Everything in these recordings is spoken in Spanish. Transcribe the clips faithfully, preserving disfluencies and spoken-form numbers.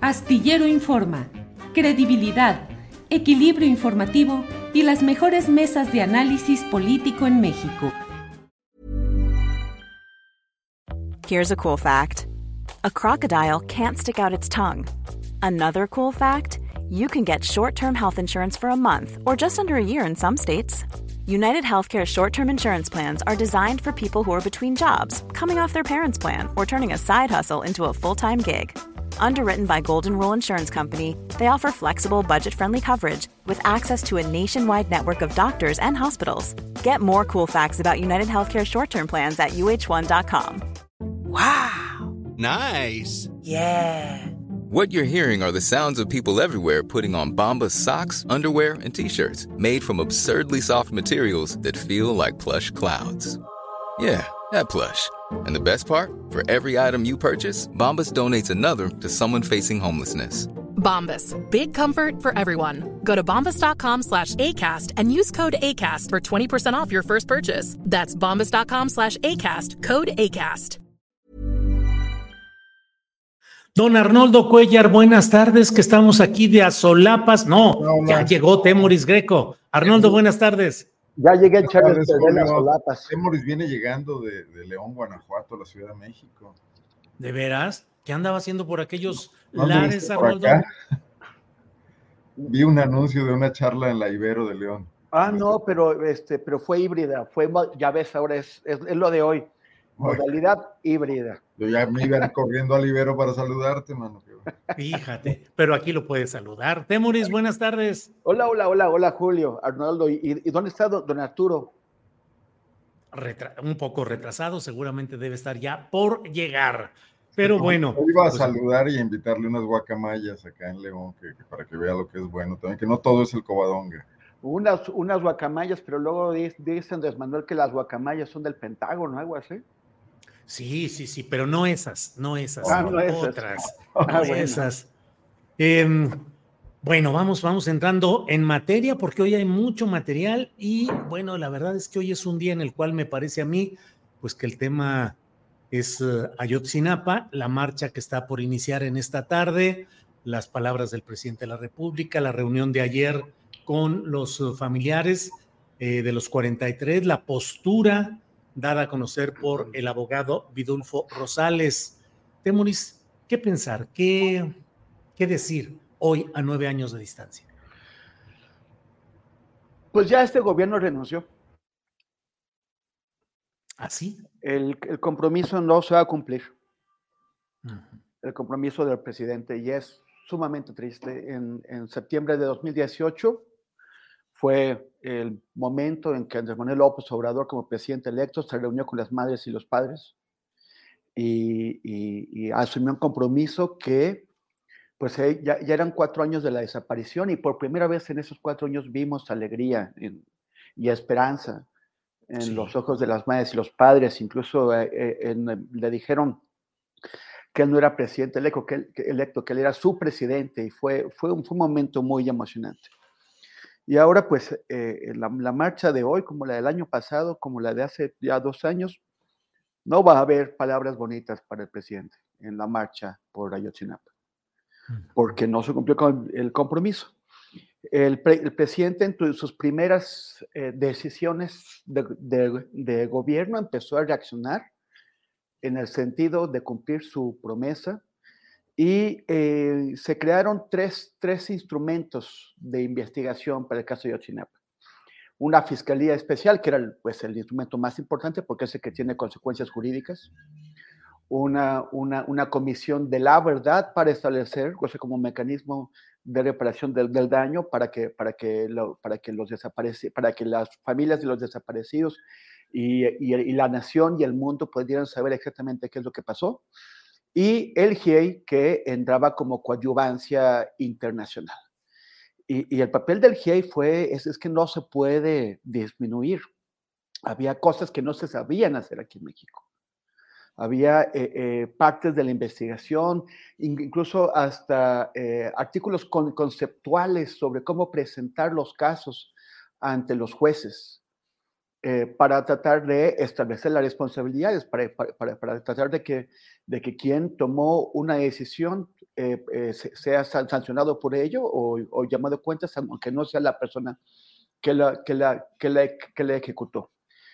Astillero Informa, credibilidad, equilibrio informativo y las mejores mesas de análisis político en México. Here's a cool fact. A crocodile can't stick out its tongue. Another cool fact, you can get short-term health insurance for a month or just under a year in some states. United Healthcare short-term insurance plans are designed for people who are between jobs, coming off their parents' plan, or turning a side hustle into a full-time gig. Underwritten by Golden Rule Insurance Company, they offer flexible, budget-friendly coverage with access to a nationwide network of doctors and hospitals. Get more cool facts about United Healthcare short-term plans at U H one dot com. Wow! Nice! Yeah! What you're hearing are the sounds of people everywhere putting on Bombas socks, underwear, and T-shirts made from absurdly soft materials that feel like plush clouds. Yeah, that plush. And the best part? For every item you purchase, Bombas donates another to someone facing homelessness. Bombas. Big comfort for everyone. Go to bombas.com slash ACAST and use code ACAST for twenty percent off your first purchase. That's bombas.com slash ACAST. Code ACAST. Don Arnoldo Cuellar, buenas tardes, que estamos aquí de a solapas. No, no ya llegó Temoris Greco. Arnoldo, buenas tardes. Ya llegué el Charles de las solapas. Temoris viene llegando de, de León, Guanajuato, a la Ciudad de México. ¿De veras? ¿Qué andaba haciendo por aquellos no, lares, Arnoldo? Vi un anuncio de una charla en la Ibero de León. Ah, no, pero este, pero fue híbrida, fue, ya ves, ahora es, es, es lo de hoy. Modalidad híbrida. Yo ya me iba corriendo al Ibero para saludarte, mano. Fíjate, pero aquí lo puedes saludar. Temoris, buenas tardes. Hola, hola, hola, hola, Julio, Arnoldo. ¿Y, y dónde está don Arturo? Retra- un poco retrasado, seguramente debe estar ya por llegar. Pero bueno. Yo iba a pues, saludar y a invitarle unas guacamayas acá en León, que, que para que vea lo que es bueno también, que no todo es el Covadonga. Unas, unas guacamayas, pero luego dice Andrés Manuel que las guacamayas son del Pentágono, algo así. Sí, sí, sí, pero no esas, no esas, ah, no otras, esas. no Ah, bueno. esas. Eh, bueno, vamos, vamos entrando en materia porque hoy hay mucho material y bueno, la verdad es que hoy es un día en el cual me parece a mí, pues que el tema es uh, Ayotzinapa, la marcha que está por iniciar en esta tarde, las palabras del presidente de la República, la reunión de ayer con los uh, familiares eh, de los cuarenta y tres, la postura dada a conocer por el abogado Vidulfo Rosales. Temoris, ¿qué pensar? ¿Qué, qué decir hoy a nueve años de distancia? Pues ya este gobierno renunció. ¿Así? El, el compromiso no se va a cumplir. Uh-huh. El compromiso del presidente, y es sumamente triste. En, en septiembre de dos mil dieciocho fue el momento en que Andrés Manuel López Obrador, como presidente electo, se reunió con las madres y los padres y, y, y asumió un compromiso que pues ya, ya eran cuatro años de la desaparición y por primera vez en esos cuatro años vimos alegría en, y esperanza en sí. los ojos de las madres y los padres. Incluso eh, en, le dijeron que él no era presidente electo, que él, que, electo, que él era su presidente, y fue, fue, un, fue un momento muy emocionante. Y ahora, pues, eh, la, la marcha de hoy, como la del año pasado, como la de hace ya dos años, no va a haber palabras bonitas para el presidente en la marcha por Ayotzinapa, porque no se cumplió con el compromiso. El, pre, el presidente, en sus primeras eh, decisiones de, de, de gobierno, empezó a reaccionar en el sentido de cumplir su promesa. Y eh, se crearon tres, tres instrumentos de investigación para el caso de Ayotzinapa. Una fiscalía especial, que era el, pues, el instrumento más importante porque es el que tiene consecuencias jurídicas. Una, una, una comisión de la verdad para establecer, o sea, como mecanismo de reparación del, del daño para que, para, que lo, para, que los desapareci- para que las familias de los desaparecidos y, y, y la nación y el mundo pudieran saber exactamente qué es lo que pasó. Y el G I E I, que entraba como coadyuvancia internacional. Y, y el papel del G I E I fue, es, es que no se puede disminuir. Había cosas que no se sabían hacer aquí en México. Había eh, eh, partes de la investigación, incluso hasta eh, artículos con, conceptuales sobre cómo presentar los casos ante los jueces. eh, para tratar de establecer las responsabilidades, para, para, para tratar de que, de que quien tomó una decisión eh, eh, sea sancionado por ello o, o llamado a cuentas, aunque no sea la persona que la, que la, que la, que la ejecutó.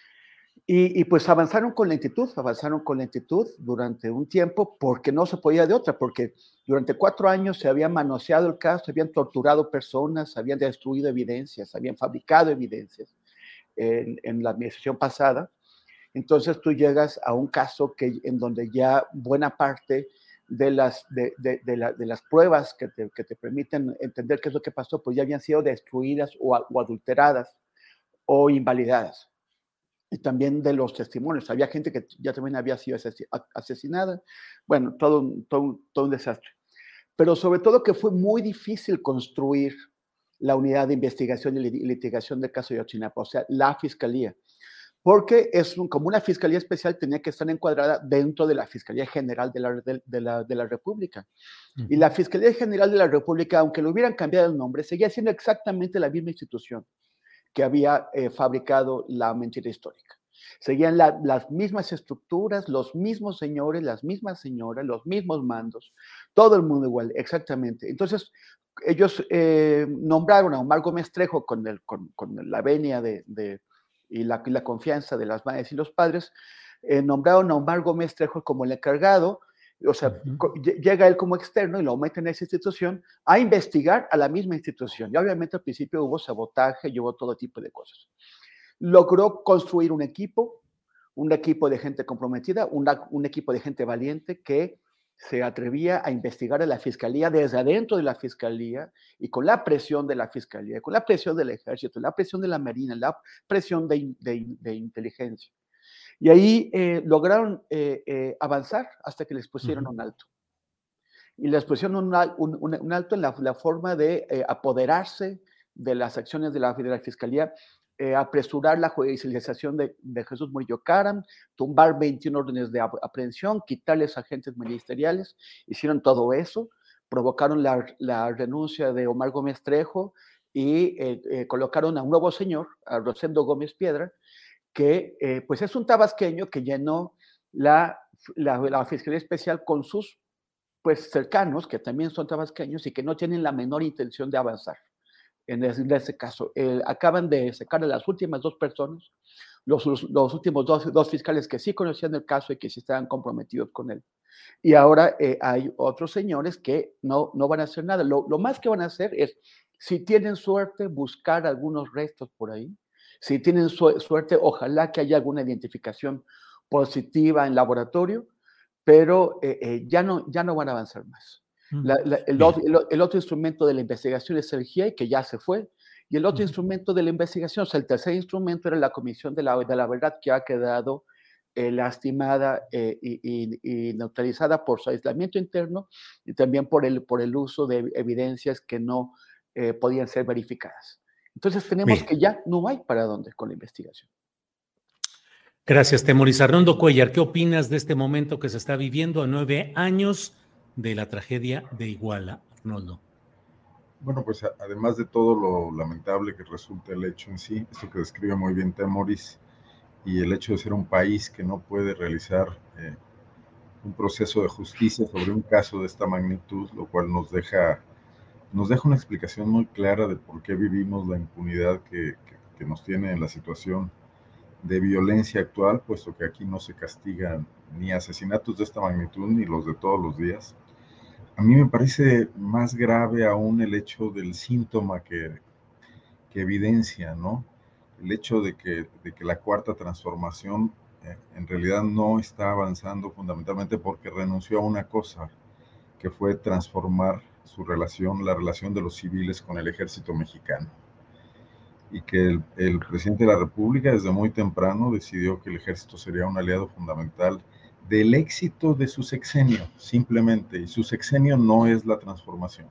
Y, y pues avanzaron con lentitud, avanzaron con lentitud durante un tiempo porque no se podía de otra, porque durante cuatro años se había manoseado el caso, se habían torturado personas, se habían destruido evidencias, se habían fabricado evidencias en, en la administración pasada. Entonces tú llegas a un caso que, en donde ya buena parte de las, de, de, de, la, de las pruebas que te, que te permiten entender qué es lo que pasó, pues ya habían sido destruidas o, o adulteradas o invalidadas. Y también de los testimonios. Había gente que ya también había sido asesinada. Bueno, todo, todo, todo un desastre. Pero sobre todo que fue muy difícil construir la unidad de investigación y litigación del caso de Ayotzinapa, o sea, la fiscalía. Porque es un, como una fiscalía especial tenía que estar encuadrada dentro de la Fiscalía General de la, de, de la, de la República. Uh-huh. Y la Fiscalía General de la República, aunque le hubieran cambiado el nombre, seguía siendo exactamente la misma institución que había eh, fabricado la mentira histórica. Seguían la, las mismas estructuras, los mismos señores, las mismas señoras, los mismos mandos, todo el mundo igual, exactamente. Entonces, ellos eh, nombraron a Omar Gómez Trejo con, el, con, con la venia de, de, y, la, y la confianza de las madres y los padres, eh, nombraron a Omar Gómez Trejo como el encargado. O sea, uh-huh. llega él como externo y lo meten a esa institución a investigar a la misma institución. Y obviamente al principio hubo sabotaje y hubo todo tipo de cosas. Logró construir un equipo, un equipo de gente comprometida, una, un equipo de gente valiente que se atrevía a investigar a la fiscalía desde adentro de la fiscalía y con la presión de la fiscalía, con la presión del ejército, la presión de la marina, la presión de, de, de inteligencia. Y ahí eh, lograron eh, eh, avanzar hasta que les pusieron uh-huh. un alto. Y les pusieron un, un, un, un alto en la, la forma de eh, apoderarse de las acciones de la, de la Fiscalía, eh, apresurar la judicialización de, de Jesús Murillo Caram, tumbar veintiún órdenes de aprehensión, quitarles agentes ministeriales. Hicieron todo eso, provocaron la, la renuncia de Omar Gómez Trejo y eh, eh, colocaron a un nuevo señor, a Rosendo Gómez Piedra, que eh, pues es un tabasqueño que llenó la, la, la Fiscalía Especial con sus pues, cercanos, que también son tabasqueños y que no tienen la menor intención de avanzar. En ese, en ese caso, eh, acaban de sacar a las últimas dos personas, los, los, los últimos dos, dos fiscales que sí conocían el caso y que sí estaban comprometidos con él. Y ahora eh, hay otros señores que no, no van a hacer nada. Lo, lo más que van a hacer es, si tienen suerte, buscar algunos restos por ahí. Si tienen su suerte, ojalá que haya alguna identificación positiva en laboratorio, pero eh, eh, ya, no, ya no van a avanzar más. La, la, el, el, el otro instrumento de la investigación es el G I E I, que ya se fue, y el otro uh-huh. instrumento de la investigación, o sea, el tercer instrumento era la Comisión de la, de la Verdad, que ha quedado eh, lastimada eh, y, y, y neutralizada por su aislamiento interno y también por el, por el uso de evidencias que no eh, podían ser verificadas. Entonces tenemos Bien. que ya no hay para dónde con la investigación. Gracias, Temoris. Arnoldo Cuellar, ¿qué opinas de este momento que se está viviendo a nueve años de la tragedia de Iguala, Arnoldo? Bueno, pues a, además de todo lo lamentable que resulta el hecho en sí, esto que describe muy bien Temoris, y el hecho de ser un país que no puede realizar eh, un proceso de justicia sobre un caso de esta magnitud, lo cual nos deja... nos deja una explicación muy clara de por qué vivimos la impunidad que, que, que nos tiene en la situación de violencia actual, puesto que aquí no se castigan ni asesinatos de esta magnitud ni los de todos los días. A mí me parece más grave aún el hecho del síntoma que, que evidencia, ¿no? El hecho de que, de que la cuarta transformación eh, en realidad no está avanzando fundamentalmente porque renunció a una cosa, que fue transformar su relación, la relación de los civiles con el ejército mexicano. Y que el, el presidente de la República desde muy temprano decidió que el ejército sería un aliado fundamental del éxito de su sexenio, simplemente, y su sexenio no es la transformación.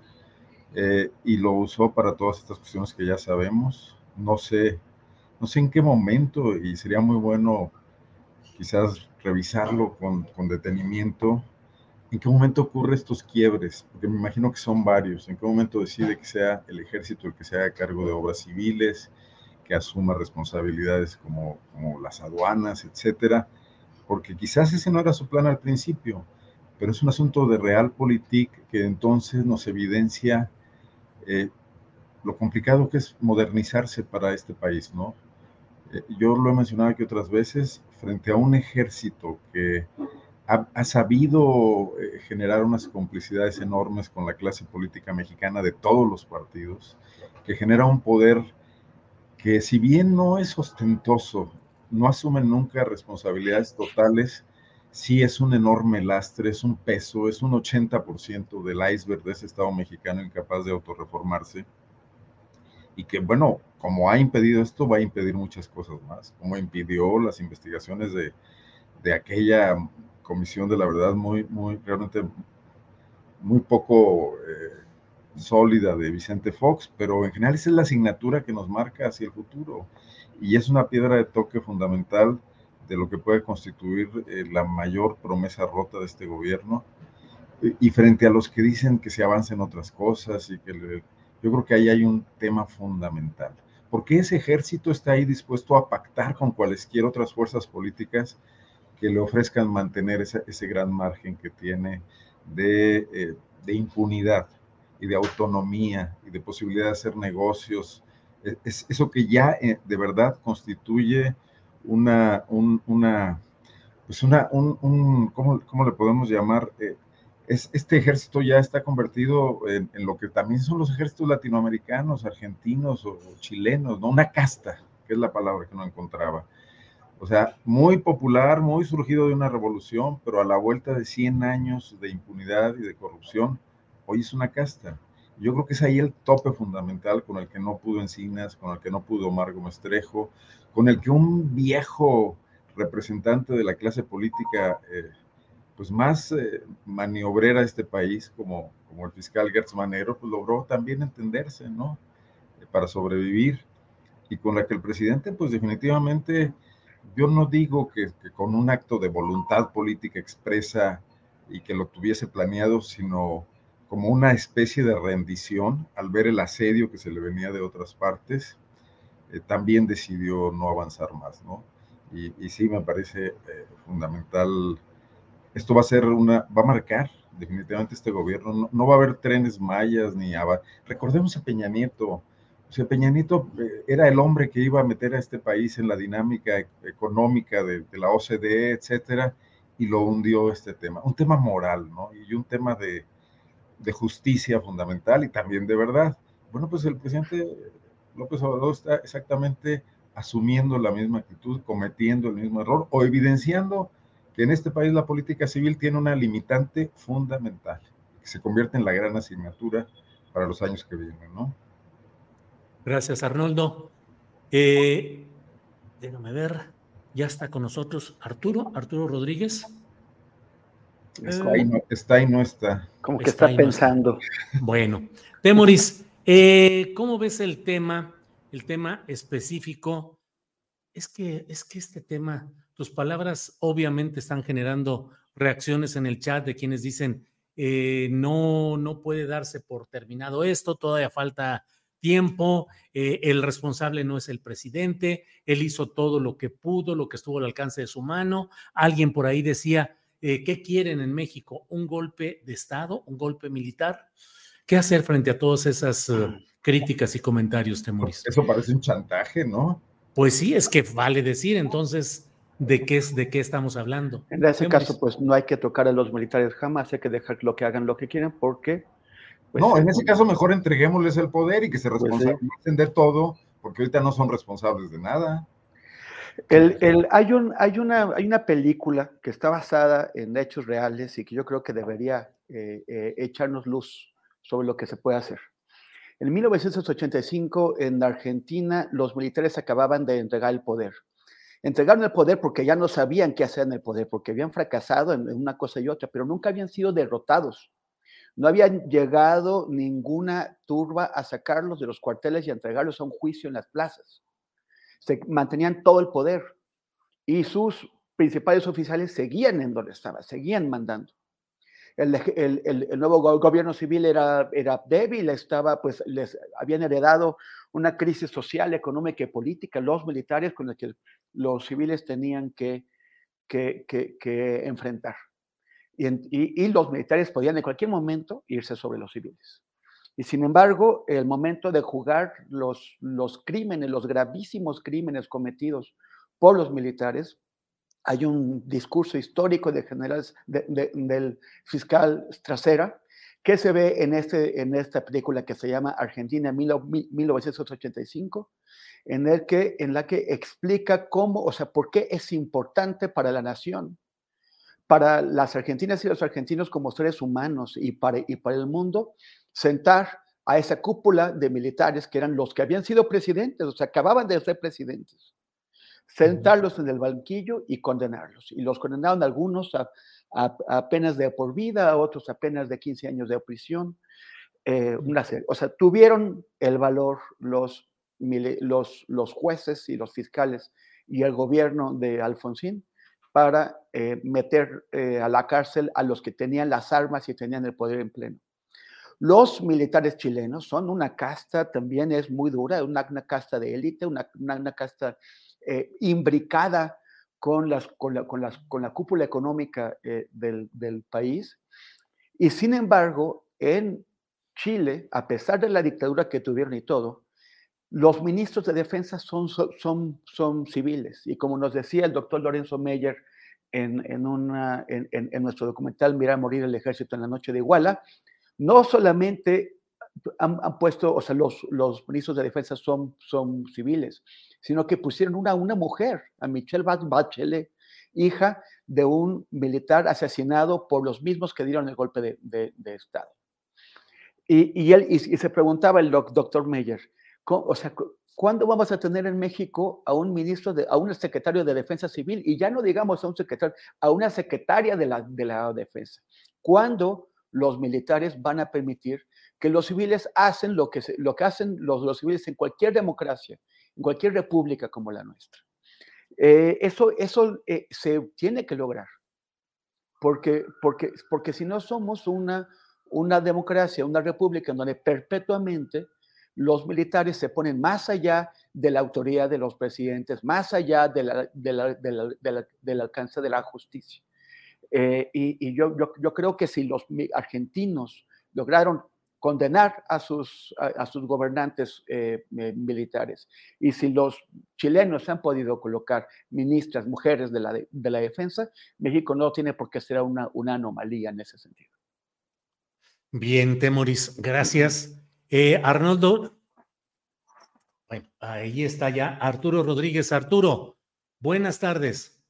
Eh, y lo usó para todas estas cuestiones que ya sabemos. No sé, no sé en qué momento, y sería muy bueno quizás revisarlo con, con detenimiento, ¿en qué momento ocurren estos quiebres? Porque me imagino que son varios. ¿En qué momento decide que sea el ejército el que se haga cargo de obras civiles, que asuma responsabilidades como, como las aduanas, etcétera, porque quizás ese no era su plan al principio, pero es un asunto de realpolitik que entonces nos evidencia eh, lo complicado que es modernizarse para este país, ¿no? Eh, yo lo he mencionado aquí otras veces, frente a un ejército que ha, ha sabido eh, generar unas complicidades enormes con la clase política mexicana de todos los partidos, que genera un poder que, si bien no es ostentoso, no asumen nunca responsabilidades totales, sí es un enorme lastre, es un peso, es un ochenta por ciento del iceberg de ese Estado mexicano incapaz de autorreformarse, y que, bueno, como ha impedido esto, va a impedir muchas cosas más, como impidió las investigaciones de, de aquella comisión de la verdad muy, muy, realmente muy poco eh, sólida de Vicente Fox, pero en general esa es la asignatura que nos marca hacia el futuro, y es una piedra de toque fundamental de lo que puede constituir eh, la mayor promesa rota de este gobierno, y, y frente a los que dicen que se avancen otras cosas, y que le, yo creo que ahí hay un tema fundamental. ¿Por qué ese ejército está ahí dispuesto a pactar con cualesquier otras fuerzas políticas que le ofrezcan mantener ese, ese gran margen que tiene de, eh, de impunidad y de autonomía y de posibilidad de hacer negocios? Es eso que ya eh, de verdad constituye una, un, una, pues una, un, un ¿cómo, ¿cómo le podemos llamar? Eh, es, este ejército ya está convertido en, en lo que también son los ejércitos latinoamericanos, argentinos o, o chilenos, ¿no? Una casta, que es la palabra que no encontraba. O sea, muy popular, muy surgido de una revolución, pero a la vuelta de cien años de impunidad y de corrupción, hoy es una casta. Yo creo que es ahí el tope fundamental con el que no pudo Encinas, con el que no pudo Omar Gómez Trejo, con el que un viejo representante de la clase política eh, pues más eh, maniobrera de este país, como, como el fiscal Gertz Manero, pues logró también entenderse, ¿no? Eh, para sobrevivir, y con la que el presidente, pues definitivamente, yo no digo que, que con un acto de voluntad política expresa y que lo tuviese planeado, sino como una especie de rendición al ver el asedio que se le venía de otras partes, eh, también decidió no avanzar más, ¿no? Y, y sí, me parece eh, fundamental. Esto va a ser una, va a marcar definitivamente este gobierno. No, no va a haber trenes mayas ni aba. Recordemos a Peña Nieto. O sea, Peña Nieto eh, era el hombre que iba a meter a este país en la dinámica económica de, de la O C D E, etcétera, y lo hundió este tema. Un tema moral, ¿no? Y un tema de, de justicia fundamental y también de verdad. Bueno, pues el presidente López Obrador está exactamente asumiendo la misma actitud, cometiendo el mismo error o evidenciando que en este país la política civil tiene una limitante fundamental, que se convierte en la gran asignatura para los años que vienen, ¿no? Gracias, Arnoldo. Eh, déjame ver, ya está con nosotros Arturo, Arturo Rodríguez. Está, eh, y, no, está y no está. Como que está, está pensando. No está. Bueno, Temoris, eh, ¿cómo ves el tema, el tema específico? Es que, es que este tema, tus palabras obviamente están generando reacciones en el chat de quienes dicen eh, no, no puede darse por terminado esto, todavía falta tiempo, eh, el responsable no es el presidente, él hizo todo lo que pudo, lo que estuvo al alcance de su mano. Alguien por ahí decía, eh, ¿qué quieren en México? ¿Un golpe de Estado? ¿Un golpe militar? ¿Qué hacer frente a todas esas uh, críticas y comentarios, Temoris? Eso parece un chantaje, ¿no? Pues sí, es que vale decir, entonces, ¿de qué, es, de qué estamos hablando? En ese ¿Qué caso, pues no hay que tocar a los militares jamás, hay que dejar lo que hagan lo que quieran, porque... Pues, no, en ese caso mejor entreguémosles el poder y que se responsabilicen pues, sí. de todo, porque ahorita no son responsables de nada. El, el, hay, un, hay, una, hay una película que está basada en hechos reales y que yo creo que debería eh, eh, echarnos luz sobre lo que se puede hacer. En mil novecientos ochenta y cinco, en Argentina, los militares acababan de entregar el poder. Entregaron el poder porque ya no sabían qué hacer en el poder, porque habían fracasado en una cosa y otra, pero nunca habían sido derrotados. No habían llegado ninguna turba a sacarlos de los cuarteles y a entregarlos a un juicio en las plazas. Se mantenían todo el poder y sus principales oficiales seguían en donde estaban, seguían mandando. el, el, el, el nuevo gobierno civil era, era débil, estaba, pues, les habían heredado una crisis social, económica y política, los militares, con la que los civiles tenían que, que, que, que enfrentar. Y, y, y los militares podían en cualquier momento irse sobre los civiles. Y sin embargo, el momento de jugar los, los crímenes, los gravísimos crímenes cometidos por los militares, hay un discurso histórico de general, de, de, del fiscal Stracera, que se ve en, este, en esta película que se llama Argentina mil novecientos ochenta y cinco, en, el que, en la que explica cómo, o sea, por qué es importante para la nación, para las argentinas y los argentinos como seres humanos y para, y para el mundo, sentar a esa cúpula de militares que eran los que habían sido presidentes, o sea, acababan de ser presidentes, sentarlos en el banquillo y condenarlos. Y los condenaron algunos a, a, a penas de por vida, a otros a penas de quince años de prisión. Eh, una serie. O sea, tuvieron el valor los, los, los jueces y los fiscales y el gobierno de Alfonsín para eh, meter eh, a la cárcel a los que tenían las armas y tenían el poder en pleno. Los militares chilenos son una casta, también es muy dura, una, una casta de élite, una, una, una casta eh, imbricada con, las, con, la, con, las, con la cúpula económica eh, del, del país. Y sin embargo, en Chile, a pesar de la dictadura que tuvieron y todo, los ministros de defensa son, son, son civiles. Y como nos decía el doctor Lorenzo Meyer en, en, una, en, en, en nuestro documental Mirar morir el ejército en la noche de Iguala, no solamente han, han puesto, o sea, los, los ministros de defensa son, son civiles, sino que pusieron una, una mujer, a Michelle Bachelet, hija de un militar asesinado por los mismos que dieron el golpe de, de, de Estado. Y, y, él, y, y se preguntaba el doc, doctor Meyer, o sea, ¿cuándo vamos a tener en México a un ministro, de, a un secretario de Defensa Civil? Y ya no digamos a un secretario, a una secretaria de la, de la Defensa. ¿Cuándo los militares van a permitir que los civiles hacen lo que, se, lo que hacen los, los civiles en cualquier democracia, en cualquier república como la nuestra? Eh, eso eso eh, se tiene que lograr, porque, porque, porque si no somos una, una democracia, una república en donde perpetuamente los militares se ponen más allá de la autoridad de los presidentes, más allá de la, de la, de la, de la, del alcance de la justicia. Eh, y y yo, yo, yo creo que si los argentinos lograron condenar a sus, a, a sus gobernantes eh, eh, militares, y si los chilenos han podido colocar ministras, mujeres de la, de, de la defensa, México no tiene por qué ser una, una anomalía en ese sentido. Bien, Temoris, gracias. Eh, Arnoldo, bueno, ahí está ya Arturo Rodríguez. Arturo, buenas tardes.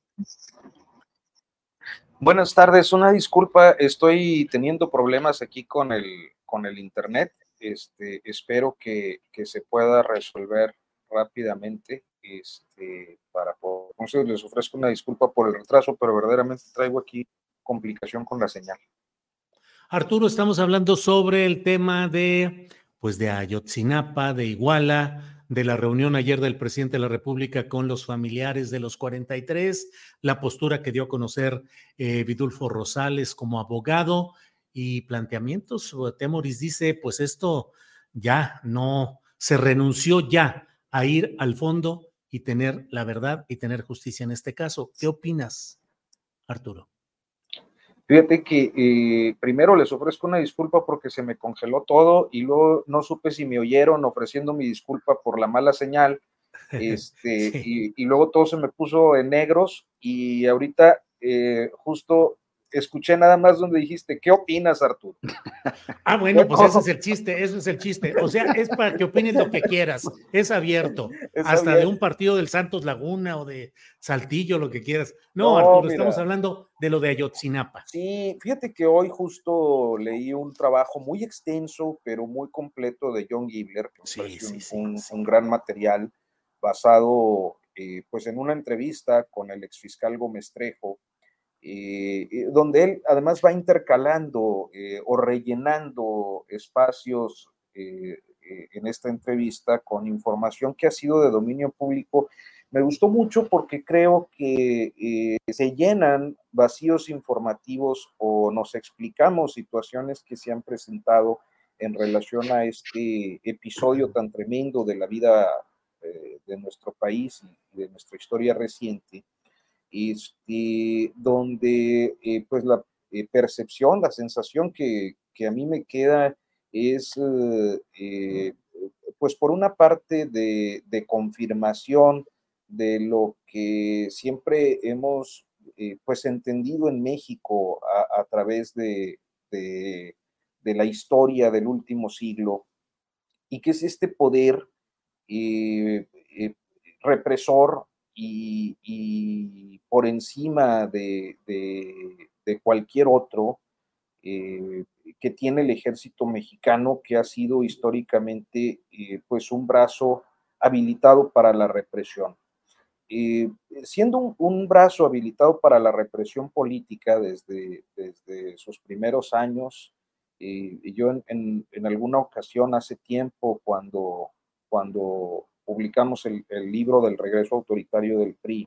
Buenas tardes, una disculpa, estoy teniendo problemas aquí con el, con el internet, este, espero que, que se pueda resolver rápidamente, este, para poder, entonces les ofrezco una disculpa por el retraso, pero verdaderamente traigo aquí complicación con la señal. Arturo, estamos hablando sobre el tema de, pues de Ayotzinapa, de Iguala, de la reunión ayer del presidente de la República con los familiares de los cuarenta y tres, la postura que dio a conocer eh, Vidulfo Rosales como abogado y planteamientos. Temoris dice, pues esto ya no, se renunció ya a ir al fondo y tener la verdad y tener justicia en este caso. ¿Qué opinas, Arturo? Fíjate que eh, primero les ofrezco una disculpa porque se me congeló todo y luego no supe si me oyeron ofreciendo mi disculpa por la mala señal, este, sí. y, y luego todo se me puso en negros y ahorita eh, justo escuché nada más donde dijiste, ¿qué opinas, Arturo? Ah, bueno, pues ese es el chiste, eso es el chiste. O sea, es para que opines lo que quieras, es abierto, es hasta abierto. De un partido del Santos Laguna o de Saltillo, lo que quieras. No, no Arturo, mira, estamos hablando de lo de Ayotzinapa. Sí, fíjate que hoy justo leí un trabajo muy extenso, pero muy completo de John Gibler, que sí, sí, un, sí, un, sí. un gran material basado eh, pues en una entrevista con el exfiscal Gómez Trejo, Eh, donde él además va intercalando eh, o rellenando espacios eh, eh, en esta entrevista con información que ha sido de dominio público, Me gustó mucho porque creo que eh, se llenan vacíos informativos o nos explicamos situaciones que se han presentado en relación a este episodio tan tremendo de la vida eh, de nuestro país y de nuestra historia reciente, este, donde eh, pues la eh, percepción, la sensación que, que a mí me queda es eh, eh, pues por una parte de, de confirmación de lo que siempre hemos eh, pues entendido en México a, a través de, de, de la historia del último siglo, y que es este poder eh, eh, represor y, y por encima de, de, de cualquier otro eh, que tiene el ejército mexicano, que ha sido históricamente eh, pues un brazo habilitado para la represión. Eh, siendo un, un brazo habilitado para la represión política desde, desde sus primeros años, eh, yo en, en, en alguna ocasión hace tiempo, cuando, cuando publicamos el, el libro del regreso autoritario del P R I,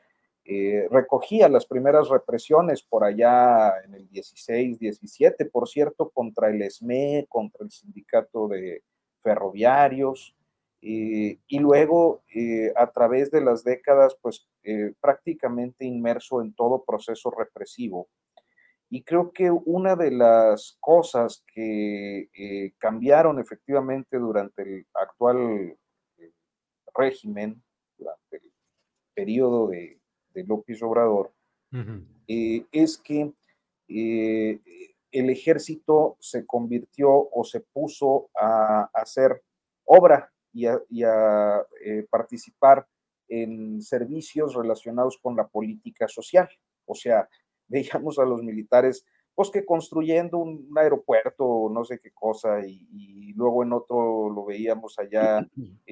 eh, recogía las primeras represiones por allá en el dieciséis, diecisiete, por cierto, contra el ESME, contra el sindicato de ferroviarios, eh, y luego eh, a través de las décadas, pues eh, prácticamente inmerso en todo proceso represivo. Y creo que una de las cosas que eh, cambiaron efectivamente durante el actual eh, régimen, durante el periodo de, de López Obrador, uh-huh. eh, es que eh, el ejército se convirtió o se puso a, a hacer obra y a, y a eh, participar en servicios relacionados con la política social. O sea, veíamos a los militares pues que construyendo un, un aeropuerto o no sé qué cosa, y, y luego en otro lo veíamos allá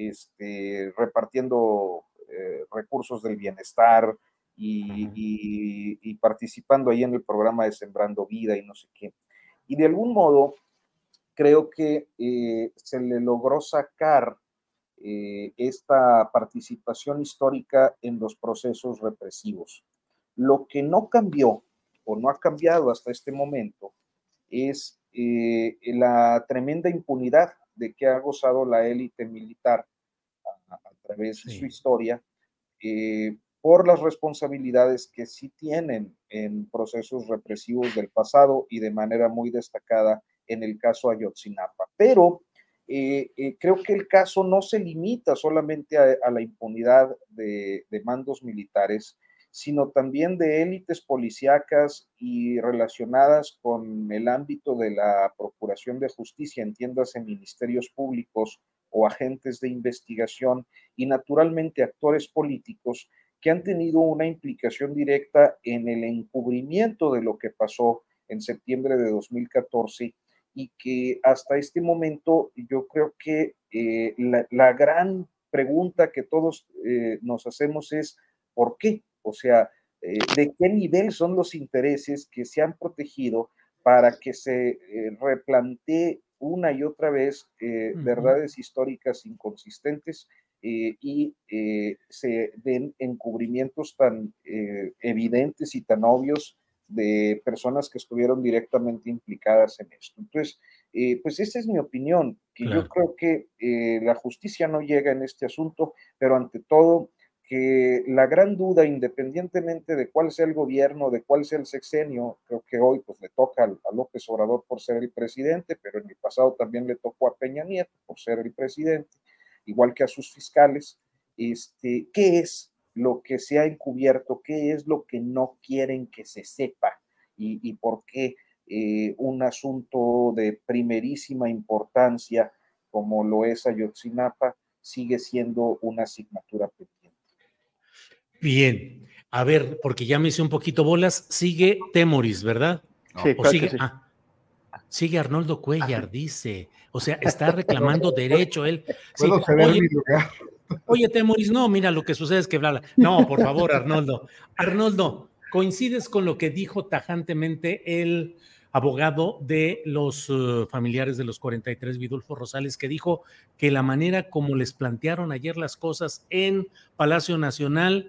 este, repartiendo eh, recursos del bienestar y, y, y participando ahí en el programa de Sembrando Vida y no sé qué. Y de algún modo creo que eh, se le logró sacar eh, esta participación histórica en los procesos represivos. Lo que no cambió o no ha cambiado hasta este momento es eh, la tremenda impunidad de que ha gozado la élite militar a, a través sí. de su historia eh, por las responsabilidades que sí tienen en procesos represivos del pasado y de manera muy destacada en el caso Ayotzinapa. Pero eh, eh, creo que el caso no se limita solamente a, a la impunidad de, de mandos militares, sino también de élites policíacas y relacionadas con el ámbito de la procuración de justicia, entiéndase ministerios públicos o agentes de investigación, y naturalmente actores políticos que han tenido una implicación directa en el encubrimiento de lo que pasó en septiembre de dos mil catorce, y que hasta este momento yo creo que eh, la, la gran pregunta que todos eh, nos hacemos es ¿por qué? O sea, eh, ¿de qué nivel son los intereses que se han protegido para que se eh, replantee una y otra vez eh, uh-huh. verdades históricas inconsistentes eh, y eh, se den encubrimientos tan eh, evidentes y tan obvios de personas que estuvieron directamente implicadas en esto? Entonces, eh, pues esa es mi opinión, que claro. yo creo que eh, la justicia no llega en este asunto, pero ante todo que la gran duda, independientemente de cuál sea el gobierno, de cuál sea el sexenio, creo que hoy pues le toca a López Obrador por ser el presidente, pero en el pasado también le tocó a Peña Nieto por ser el presidente, igual que a sus fiscales, este, ¿qué es lo que se ha encubierto? ¿Qué es lo que no quieren que se sepa? ¿Y, y por qué eh, un asunto de primerísima importancia como lo es Ayotzinapa sigue siendo una asignatura pendiente? Bien, a ver, porque ya me hice un poquito bolas, sigue Temoris, ¿verdad? Sí, o sigue, sí. ah, sigue Arnoldo Cuellar, dice, o sea, está reclamando derecho él. Sí, ¿Puedo ceder oye, mi lugar? Oye, Temoris, no, mira, lo que sucede es que bla, bla. No, por favor, Arnoldo. Arnoldo, ¿coincides con lo que dijo tajantemente el abogado de los uh, familiares de los cuarenta y tres, Vidulfo Rosales, que dijo que la manera como les plantearon ayer las cosas en Palacio Nacional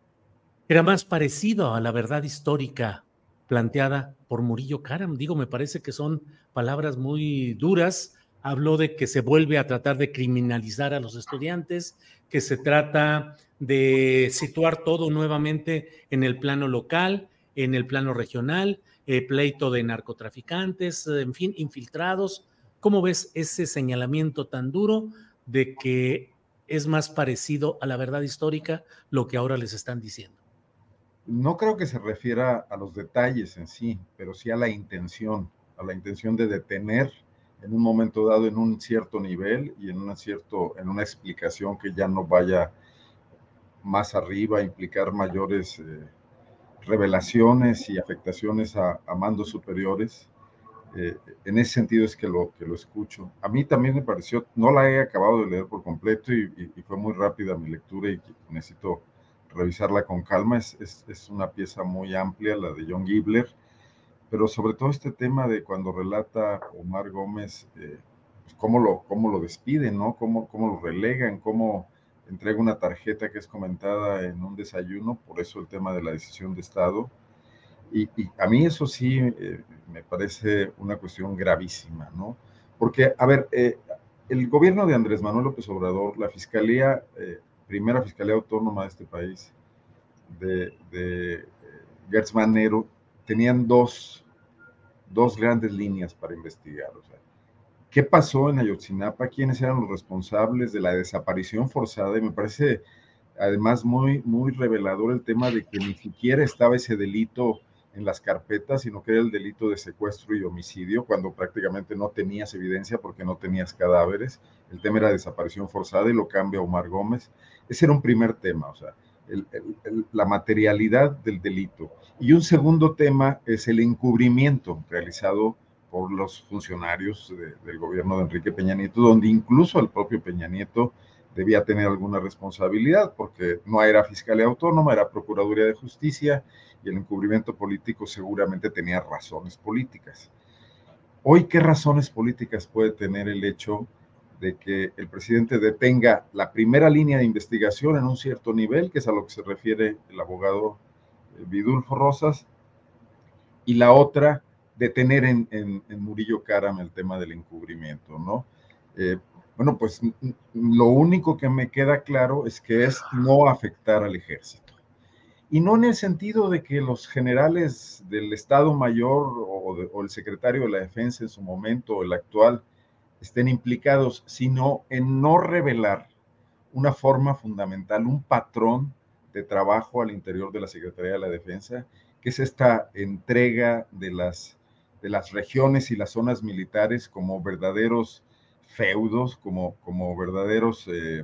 era más parecido a la verdad histórica planteada por Murillo Karam. Digo, me parece que son palabras muy duras. Habló de que se vuelve a tratar de criminalizar a los estudiantes, que se trata de situar todo nuevamente en el plano local, en el plano regional, eh, pleito de narcotraficantes, en fin, infiltrados. ¿Cómo ves ese señalamiento tan duro de que es más parecido a la verdad histórica lo que ahora les están diciendo? No creo que se refiera a los detalles en sí, pero sí a la intención, a la intención de detener en un momento dado en un cierto nivel y en, una cierto, en una explicación que ya no vaya más arriba, a implicar mayores eh, revelaciones y afectaciones a, a mandos superiores. Eh, en ese sentido es que lo, que lo escucho. A mí también me pareció, no la he acabado de leer por completo y, y, y fue muy rápida mi lectura y necesito revisarla con calma. Es, es, es una pieza muy amplia, la de John Gibler, pero sobre todo este tema de cuando relata Omar Gómez, eh, pues cómo, lo, cómo lo despiden, ¿no? Cómo, cómo lo relegan, cómo entrega una tarjeta que es comentada en un desayuno, por eso el tema de la decisión de Estado. Y, y a mí eso sí eh, me parece una cuestión gravísima, ¿no? Porque, a ver, eh, el gobierno de Andrés Manuel López Obrador, la fiscalía, eh, primera fiscalía autónoma de este país, de, de eh, Gertz Manero, tenían dos, dos grandes líneas para investigar. O sea, ¿qué pasó en Ayotzinapa? ¿Quiénes eran los responsables de la desaparición forzada? Y me parece además muy, muy revelador el tema de que ni siquiera estaba ese delito en las carpetas, sino que era el delito de secuestro y homicidio, cuando prácticamente no tenías evidencia porque no tenías cadáveres. El tema era desaparición forzada y lo cambia Omar Gómez. Ese era un primer tema, o sea, el, el, el, la materialidad del delito. Y un segundo tema es el encubrimiento realizado por los funcionarios de, del gobierno de Enrique Peña Nieto, donde incluso el propio Peña Nieto debía tener alguna responsabilidad, porque no era Fiscalía Autónoma, era Procuraduría de Justicia, y el encubrimiento político seguramente tenía razones políticas. Hoy, ¿qué razones políticas puede tener el hecho de que el presidente detenga la primera línea de investigación en un cierto nivel, que es a lo que se refiere el abogado Vidulfo Rosas, y la otra, detener en, en, en Murillo Karam el tema del encubrimiento, ¿no? Eh, bueno, pues lo único que me queda claro es que es no afectar al ejército. Y no en el sentido de que los generales del Estado Mayor o, de, o el secretario de la Defensa en su momento, o el actual, estén implicados, sino en no revelar una forma fundamental, un patrón de trabajo al interior de la Secretaría de la Defensa, que es esta entrega de las, de las regiones y las zonas militares como verdaderos feudos, como, como verdaderos eh,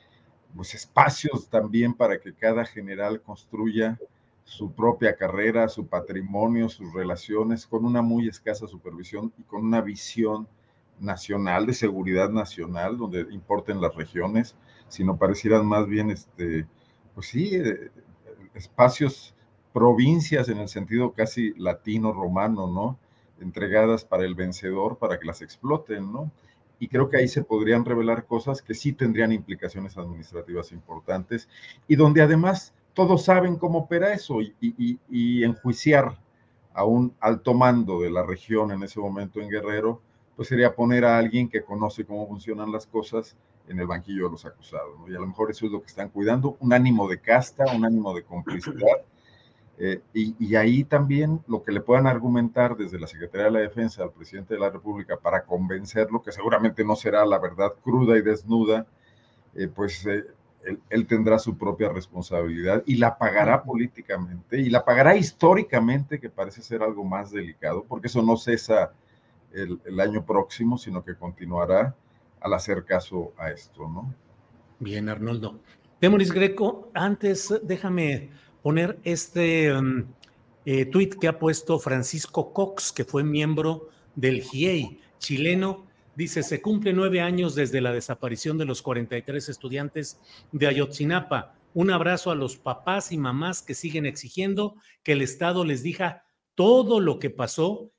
pues espacios también para que cada general construya su propia carrera, su patrimonio, sus relaciones, con una muy escasa supervisión y con una visión nacional, de seguridad nacional, donde importen las regiones, sino parecieran más bien, este, pues sí, eh, espacios, provincias en el sentido casi latino-romano, ¿no? Entregadas para el vencedor, para que las exploten, ¿no? Y creo que ahí se podrían revelar cosas que sí tendrían implicaciones administrativas importantes y donde además todos saben cómo opera eso y, y, y enjuiciar a un alto mando de la región en ese momento en Guerrero, pues sería poner a alguien que conoce cómo funcionan las cosas en el banquillo de los acusados, ¿no? Y a lo mejor eso es lo que están cuidando, un ánimo de casta, un ánimo de complicidad. Eh, y, y ahí también lo que le puedan argumentar desde la Secretaría de la Defensa al presidente de la República para convencerlo, que seguramente no será la verdad cruda y desnuda, eh, pues eh, él, él tendrá su propia responsabilidad y la pagará políticamente y la pagará históricamente, que parece ser algo más delicado, porque eso no cesa el, el año próximo, sino que continuará al hacer caso a esto, ¿no? Bien, Arnoldo. Temoris Greco, antes déjame poner este um, eh, tuit que ha puesto Francisco Cox, que fue miembro del G I E I chileno. Dice, se cumple nueve años desde la desaparición de los cuarenta y tres estudiantes de Ayotzinapa. Un abrazo a los papás y mamás que siguen exigiendo que el Estado les diga todo lo que pasó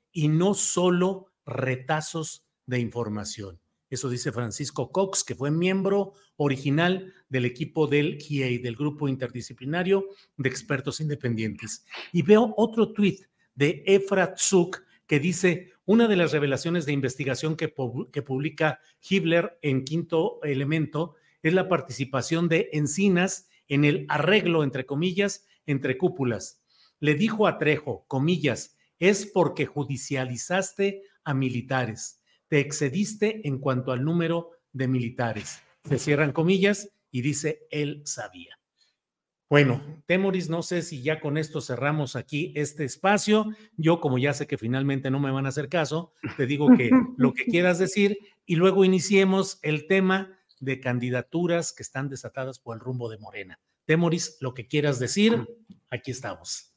y no solo retazos de información. Eso dice Francisco Cox, que fue miembro original del equipo del G I E I, del Grupo Interdisciplinario de Expertos Independientes. Y veo otro tuit de Efrat Zuk que dice, una de las revelaciones de investigación que, que publica Hibler en Quinto Elemento es la participación de Encinas en el arreglo, entre comillas, entre cúpulas. Le dijo a Trejo, comillas, es porque judicializaste a militares. Te excediste en cuanto al número de militares. Se cierran comillas y dice, él sabía. Bueno, Temoris, no sé si ya con esto cerramos aquí este espacio. Yo, como ya sé que finalmente no me van a hacer caso, te digo que lo que quieras decir y luego iniciemos el tema de candidaturas que están desatadas por el rumbo de Morena. Temoris, lo que quieras decir, aquí estamos.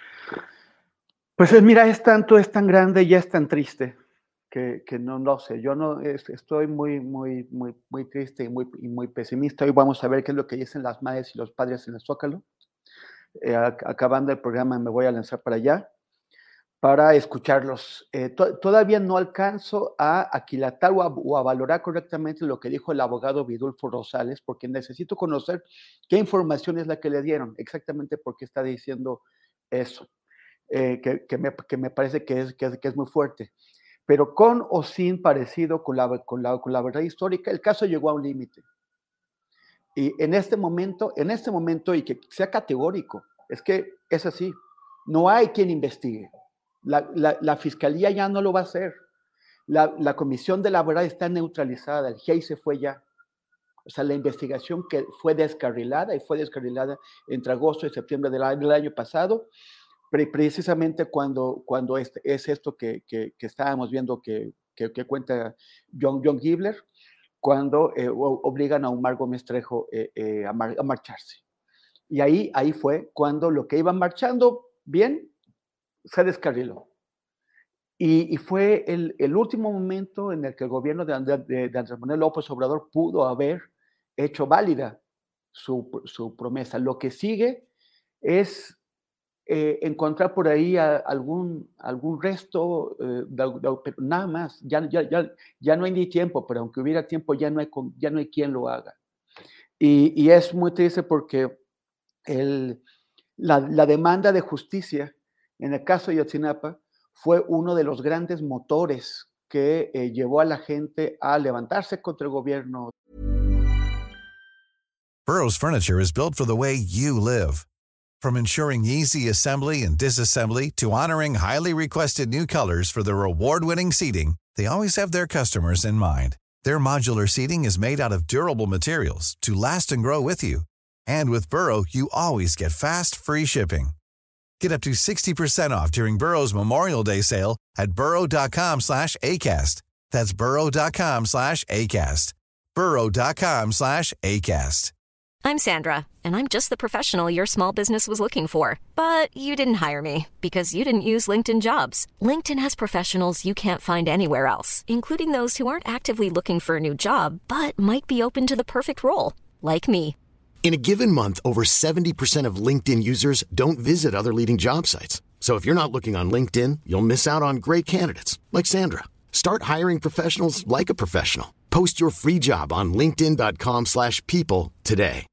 Pues es, mira, es tanto, es tan grande y es tan triste que, que no lo sé. Yo no es, estoy muy, muy, muy, muy triste y muy, y muy pesimista. Hoy vamos a ver qué es lo que dicen las madres y los padres en el Zócalo. Eh, acabando el programa me voy a lanzar para allá para escucharlos. Eh, to, todavía no alcanzo a aquilatar o a, o a valorar correctamente lo que dijo el abogado Vidulfo Rosales, porque necesito conocer qué información es la que le dieron, exactamente por qué está diciendo eso, eh, que, que, me, que me parece que es, que, es, que es muy fuerte. Pero con o sin parecido con la, con, la, con la verdad histórica, el caso llegó a un límite. Y en este momento, en este momento, y que sea categórico, es que es así, no hay quien investigue. La, la, la fiscalía ya no lo va a hacer. La, la comisión de la verdad está neutralizada, el G I E I se fue ya. O sea, la investigación que fue descarrilada y fue descarrilada entre agosto y septiembre del año, del año pasado, pre precisamente cuando, cuando este, es esto que, que, que estábamos viendo que, que, que cuenta John, John Gibler, cuando eh, obligan a Omar Gómez Trejo eh, eh, a, mar, a marcharse. Y ahí, ahí fue cuando lo que iba marchando bien se descarriló. Y, y fue el, el último momento en el que el gobierno de, Andrés, de, de Andrés Manuel López Obrador pudo haber hecho válida su, su promesa. Lo que sigue es eh, encontrar por ahí a, algún, algún resto, eh, de, de, nada más. Ya, ya, ya, ya no hay ni tiempo, pero aunque hubiera tiempo, ya no hay, ya no hay quien lo haga. Y, y es muy triste porque el, la, la demanda de justicia en el caso de Ayotzinapa fue uno de los grandes motores que eh, llevó a la gente a levantarse contra el gobierno. Burrow's furniture is built for the way you live. From ensuring easy assembly and disassembly to honoring highly requested new colors for their award-winning seating, they always have their customers in mind. Their modular seating is made out of durable materials to last and grow with you. And with Burrow, you always get fast, free shipping. Get up to sixty percent off during Burrow's Memorial Day sale at burrow.com slash ACAST. That's burrow.com slash ACAST. burrow.com slash ACAST. I'm Sandra, and I'm just the professional your small business was looking for. But you didn't hire me because you didn't use LinkedIn Jobs. LinkedIn has professionals you can't find anywhere else, including those who aren't actively looking for a new job, but might be open to the perfect role, like me. In a given month, over seventy percent of LinkedIn users don't visit other leading job sites. So if you're not looking on LinkedIn, you'll miss out on great candidates like Sandra. Start hiring professionals like a professional. Post your free job on linkedin.com slash people today.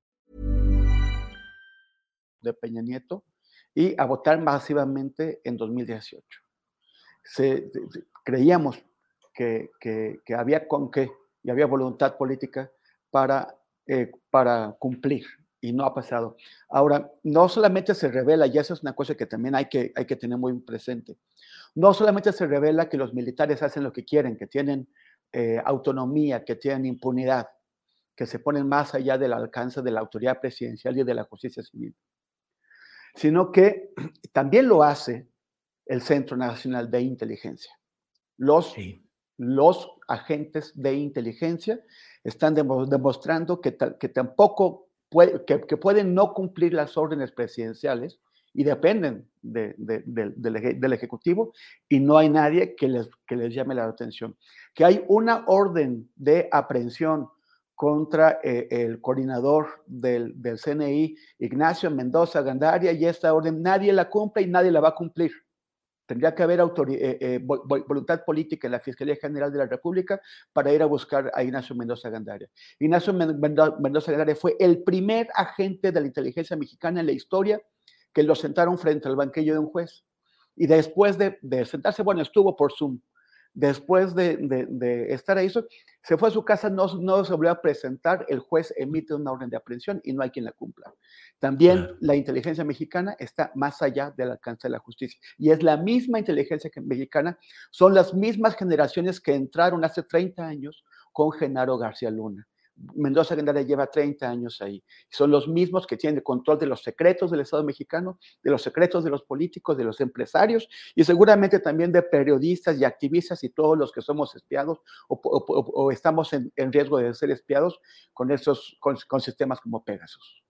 De Peña Nieto y a votar masivamente en dos mil dieciocho. Se, se, creíamos que, que, que había con qué y había voluntad política para Eh, para cumplir, y no ha pasado. Ahora, no solamente se revela, y eso es una cosa que también hay que, hay que tener muy presente, no solamente se revela que los militares hacen lo que quieren, que tienen eh, autonomía, que tienen impunidad, que se ponen más allá del alcance de la autoridad presidencial y de la justicia civil, sino que también lo hace el Centro Nacional de Inteligencia. Los, sí. los agentes de inteligencia están demostrando que, que tampoco puede, que, que pueden no cumplir las órdenes presidenciales y dependen de, de, de, de, del Ejecutivo, y no hay nadie que les, que les llame la atención. Que hay una orden de aprehensión contra eh, el coordinador del, del C N I, Ignacio Mendoza Gandaria, y esta orden nadie la cumple y nadie la va a cumplir. Tendría que haber eh, eh, voluntad política en la Fiscalía General de la República para ir a buscar a Ignacio Mendoza Gandaria. Ignacio Mendoza Gandaria fue el primer agente de la inteligencia mexicana en la historia que lo sentaron frente al banquillo de un juez. Y después de, de sentarse, bueno, estuvo por Zoom. Después de, de, de estar ahí, se fue a su casa, no, no se volvió a presentar, el juez emite una orden de aprehensión y no hay quien la cumpla. También claro. La inteligencia mexicana está más allá del alcance de la justicia. Y es la misma inteligencia mexicana, son las mismas generaciones que entraron hace treinta años con Genaro García Luna. Mendoza Gandaria lleva treinta años ahí. Son los mismos que tienen el control de los secretos del Estado mexicano, de los secretos de los políticos, de los empresarios y seguramente también de periodistas y activistas y todos los que somos espiados o, o, o, o estamos en, en riesgo de ser espiados con, esos, con, con sistemas como Pegasus.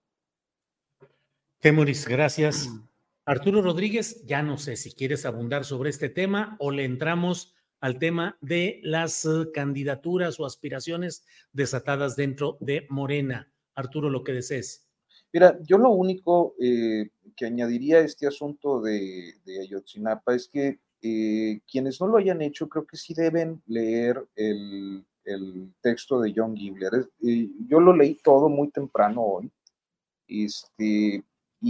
Temoris, gracias. Arturo Rodríguez, ya no sé si quieres abundar sobre este tema o le entramos al tema de las uh, candidaturas o aspiraciones desatadas dentro de Morena. Arturo, lo que desees. Mira, yo lo único eh, que añadiría a este asunto de, de Ayotzinapa es que eh, quienes no lo hayan hecho, creo que sí deben leer el, el texto de John Gibler. Eh, yo lo leí todo muy temprano hoy, este,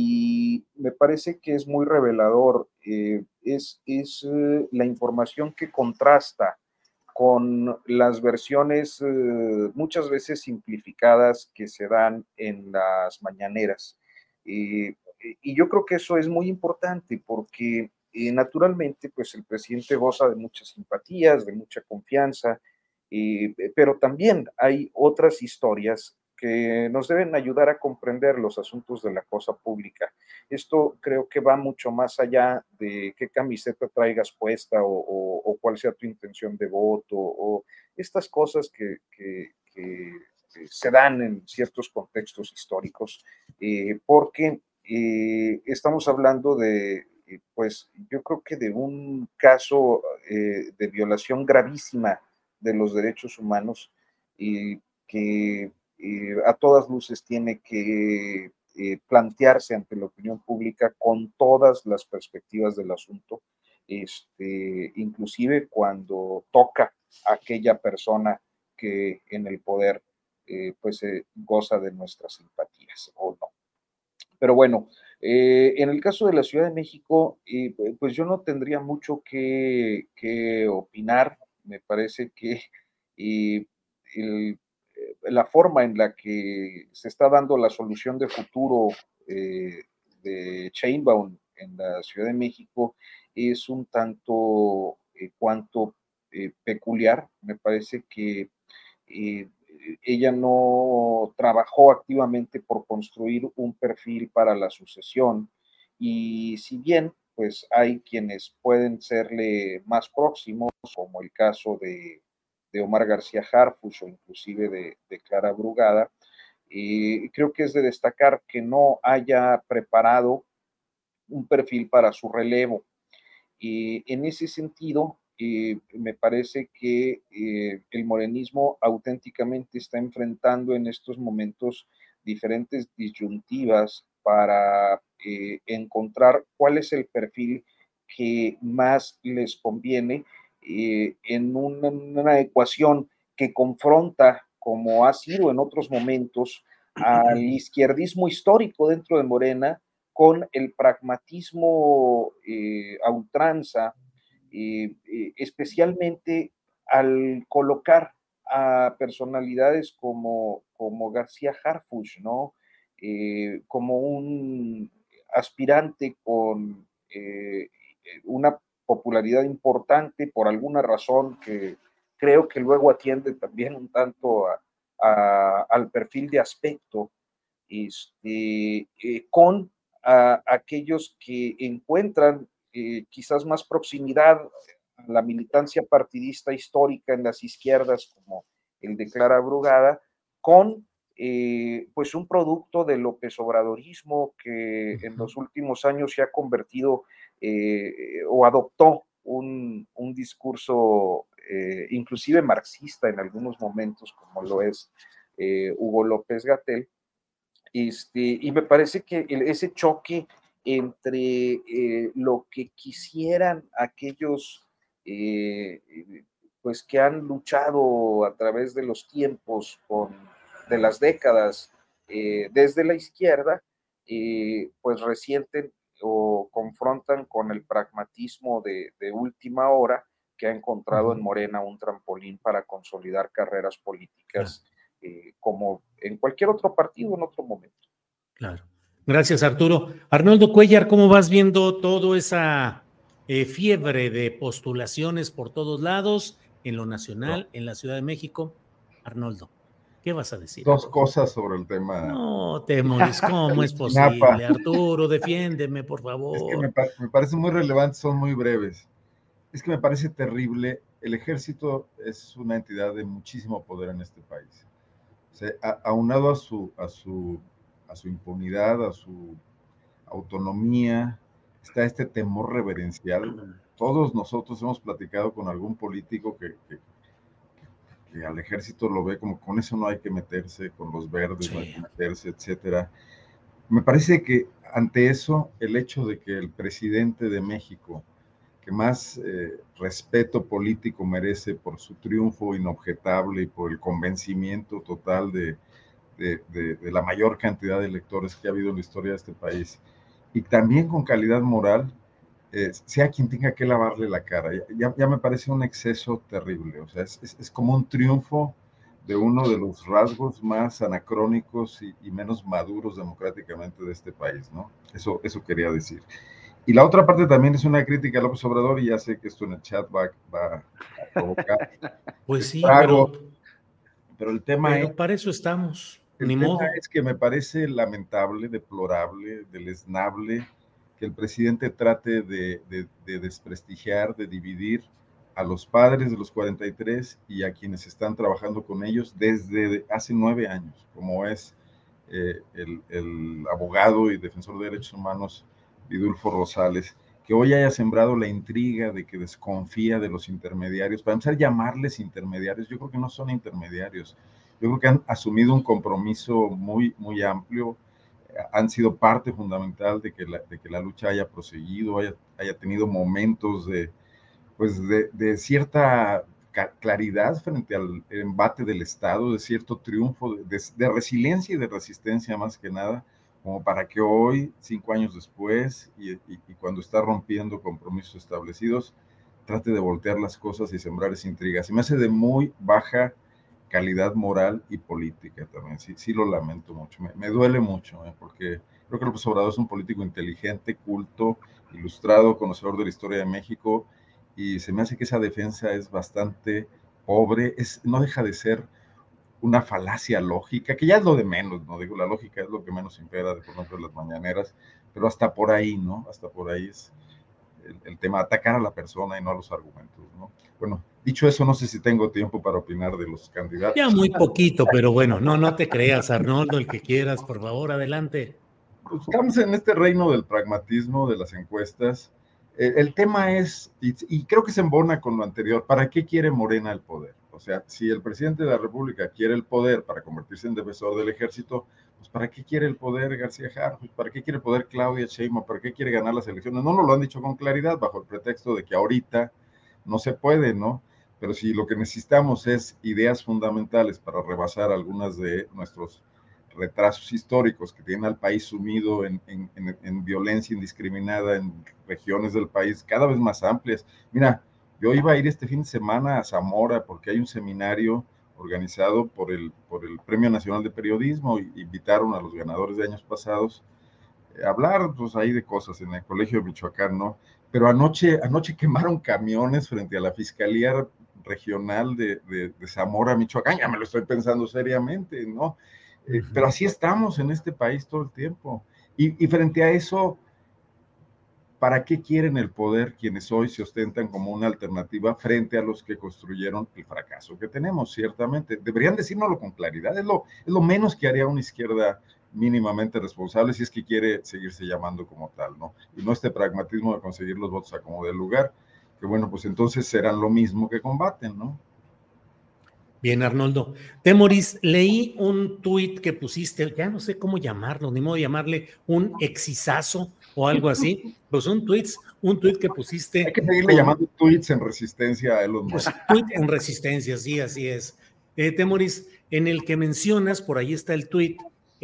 y me parece que es muy revelador. Eh, es es eh, la información que contrasta con las versiones eh, muchas veces simplificadas que se dan en las mañaneras. Eh, y yo creo que eso es muy importante porque eh, naturalmente pues el presidente goza de muchas simpatías, de mucha confianza, eh, pero también hay otras historias que nos deben ayudar a comprender los asuntos de la cosa pública. Esto creo que va mucho más allá de qué camiseta traigas puesta o, o, o cuál sea tu intención de voto, o estas cosas que, que, que se dan en ciertos contextos históricos, eh, porque eh, estamos hablando de, eh, pues yo creo que de un caso eh, de violación gravísima de los derechos humanos y que Eh, a todas luces tiene que eh, plantearse ante la opinión pública con todas las perspectivas del asunto, este, inclusive cuando toca a aquella persona que en el poder eh, pues eh, goza de nuestras simpatías o no. Pero bueno, eh, en el caso de la Ciudad de México, eh, pues yo no tendría mucho que, que opinar. Me parece que eh, el la forma en la que se está dando la solución de futuro eh, de Sheinbaum en la Ciudad de México es un tanto eh, cuanto eh, peculiar. Me parece que eh, ella no trabajó activamente por construir un perfil para la sucesión y si bien pues hay quienes pueden serle más próximos, como el caso de de Omar García Harfuch o inclusive de, de Clara Brugada, eh, creo que es de destacar que no haya preparado un perfil para su relevo. Eh, en ese sentido, eh, me parece que eh, el morenismo auténticamente está enfrentando en estos momentos diferentes disyuntivas para eh, encontrar cuál es el perfil que más les conviene Eh, en una, una ecuación que confronta, como ha sido en otros momentos, al izquierdismo histórico dentro de Morena con el pragmatismo eh, a ultranza, eh, eh, especialmente al colocar a personalidades como, como García Harfuch, ¿no? Eh, como un aspirante con eh, una popularidad importante por alguna razón que creo que luego atiende también un tanto a, a, al perfil de aspecto, este, eh, con a, aquellos que encuentran eh, quizás más proximidad a la militancia partidista histórica en las izquierdas, como el de Clara Brugada, con eh, pues un producto del López Obradorismo que en los últimos años se ha convertido Eh, o adoptó un, un discurso eh, inclusive marxista en algunos momentos, como lo es eh, Hugo López-Gatell, este, y me parece que el, ese choque entre eh, lo que quisieran aquellos eh, pues que han luchado a través de los tiempos, con, de las décadas, eh, desde la izquierda, eh, pues resienten o confrontan con el pragmatismo de, de última hora, que ha encontrado uh-huh. en Morena un trampolín para consolidar carreras políticas, claro. eh, como en cualquier otro partido en otro momento. Claro. Gracias, Arturo. Arnoldo Cuellar, ¿cómo vas viendo toda esa eh, fiebre de postulaciones por todos lados, en lo nacional, no. en la Ciudad de México? Arnoldo, ¿qué vas a decir? Dos cosas sobre el tema. No, Temoris, ¿cómo es posible? Arturo, defiéndeme, por favor. Es que me, pa- me parece muy relevante, son muy breves. Es que me parece terrible. El ejército es una entidad de muchísimo poder en este país. O sea, a, aunado a su, a, su, a su impunidad, a su autonomía, está este temor reverencial. Todos nosotros hemos platicado con algún político que, que, que al ejército lo ve como con eso no hay que meterse, con los verdes sí. no hay que meterse, etcétera. Me parece que ante eso, el hecho de que el presidente de México, que más eh, respeto político merece por su triunfo inobjetable y por el convencimiento total de, de, de, de la mayor cantidad de electores que ha habido en la historia de este país, y también con calidad moral, eh, sea quien tenga que lavarle la cara. Ya, ya me parece un exceso terrible. O sea, es, es, es como un triunfo de uno de los rasgos más anacrónicos y, y menos maduros democráticamente de este país, ¿no? Eso, eso quería decir. Y la otra parte también es una crítica a López Obrador, y ya sé que esto en el chat va, va a provocar. Pues sí, trago, pero, pero el tema pero es... para eso estamos, el ni tema modo. es que me parece lamentable, deplorable, deleznable que el presidente trate de, de, de desprestigiar, de dividir a los padres de los cuarenta y tres y a quienes están trabajando con ellos desde hace nueve años, como es eh, el, el abogado y defensor de derechos humanos Vidulfo Rosales, que hoy haya sembrado la intriga de que desconfía de los intermediarios. Para empezar, llamarles intermediarios, yo creo que no son intermediarios. Yo creo que han asumido un compromiso muy, muy amplio, han sido parte fundamental de que la, de que la lucha haya proseguido, haya, haya tenido momentos de, pues de, de cierta claridad frente al embate del Estado, de cierto triunfo, de, de, de resiliencia y de resistencia más que nada, como para que hoy, cinco años después, y, y, y cuando está rompiendo compromisos establecidos, trate de voltear las cosas y sembrar esa intriga. Se me hace de muy baja calidad moral y política también. Sí, sí lo lamento mucho. Me, me duele mucho, ¿eh? Porque creo que López Obrador es un político inteligente, culto, ilustrado, conocedor de la historia de México, y se me hace que esa defensa es bastante pobre. Es, no deja de ser una falacia lógica, que ya es lo de menos, ¿no? Digo, la lógica es lo que menos impera, de por ejemplo, en las mañaneras, pero hasta por ahí, ¿no? Hasta por ahí es el, el tema, atacar a la persona y no a los argumentos, ¿no? Bueno, dicho eso, no sé si tengo tiempo para opinar de los candidatos. Ya muy poquito, pero bueno, no, no te creas, Arnoldo, el que quieras, por favor, adelante. Pues estamos en este reino del pragmatismo, de las encuestas. Eh, el tema es, y, y creo que se embona con lo anterior, ¿para qué quiere Morena el poder? O sea, si el presidente de la República quiere el poder para convertirse en defensor del ejército, pues ¿para qué quiere el poder García Harfuch? ¿Para qué quiere el poder Claudia Sheinbaum? ¿Para qué quiere ganar las elecciones? No nos lo han dicho con claridad, bajo el pretexto de que ahorita no se puede, ¿no? Pero si lo que necesitamos es ideas fundamentales para rebasar algunas de nuestros retrasos históricos que tienen al país sumido en, en, en, en violencia indiscriminada en regiones del país cada vez más amplias. Mira, yo iba a ir este fin de semana a Zamora porque hay un seminario organizado por el, por el Premio Nacional de Periodismo, y invitaron a los ganadores de años pasados a hablar pues ahí de cosas en el Colegio de Michoacán, ¿no? Pero anoche, anoche quemaron camiones frente a la Fiscalía Regional de, de, de Zamora, Michoacán. Ya me lo estoy pensando seriamente, ¿no? Eh, pero así estamos en este país todo el tiempo. Y, y frente a eso, ¿para qué quieren el poder quienes hoy se ostentan como una alternativa frente a los que construyeron el fracaso que tenemos? Ciertamente, deberían decírnoslo con claridad. Es lo, es lo menos que haría una izquierda mínimamente responsable si es que quiere seguirse llamando como tal, ¿no? Y no este pragmatismo de conseguir los votos a como del lugar, que bueno, pues entonces serán lo mismo que combaten, ¿no? Bien, Arnoldo. Temoris, leí un tuit que pusiste, ya no sé cómo llamarlo, ni modo de llamarle un exisazo o algo así, pues un tuit, un tuit que pusiste. Hay que seguirle con, llamando tweets en resistencia a Elon Musk. Pues, tuit en resistencia, sí, así es. Eh, Temoris, en el que mencionas, por ahí está el tuit,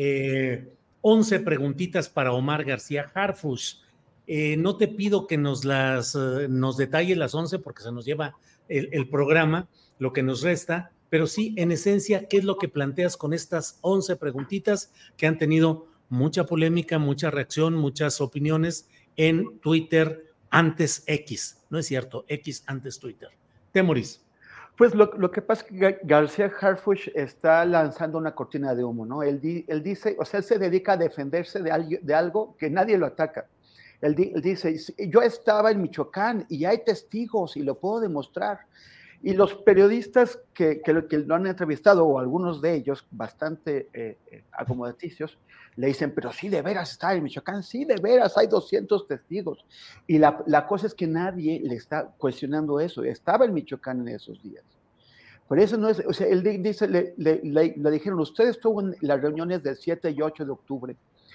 eh, once preguntitas para Omar García Harfuch. Eh, no te pido que nos las eh, nos detalle las once porque se nos lleva el, el programa, lo que nos resta, pero sí, en esencia, ¿qué es lo que planteas con estas once preguntitas que han tenido mucha polémica, mucha reacción, muchas opiniones en Twitter antes X? No es cierto, X antes Twitter. Temoris. Pues lo, lo que pasa es que García Harfuch está lanzando una cortina de humo, ¿no? Él, di, él dice, o sea, él se dedica a defenderse de algo, de algo que nadie lo ataca. Él, di, él dice, yo estaba en Michoacán y hay testigos y lo puedo demostrar. Y los periodistas que, que, lo, que lo han entrevistado, o algunos de ellos bastante eh, eh, acomodaticios, le dicen, pero sí, de veras está en Michoacán, sí, de veras, hay doscientos testigos. Y la, la cosa es que nadie le está cuestionando eso, estaba en Michoacán en esos días. Por eso no es, o sea, él dice, le, le, le, le dijeron, usted estuvo en las reuniones del siete y ocho de octubre,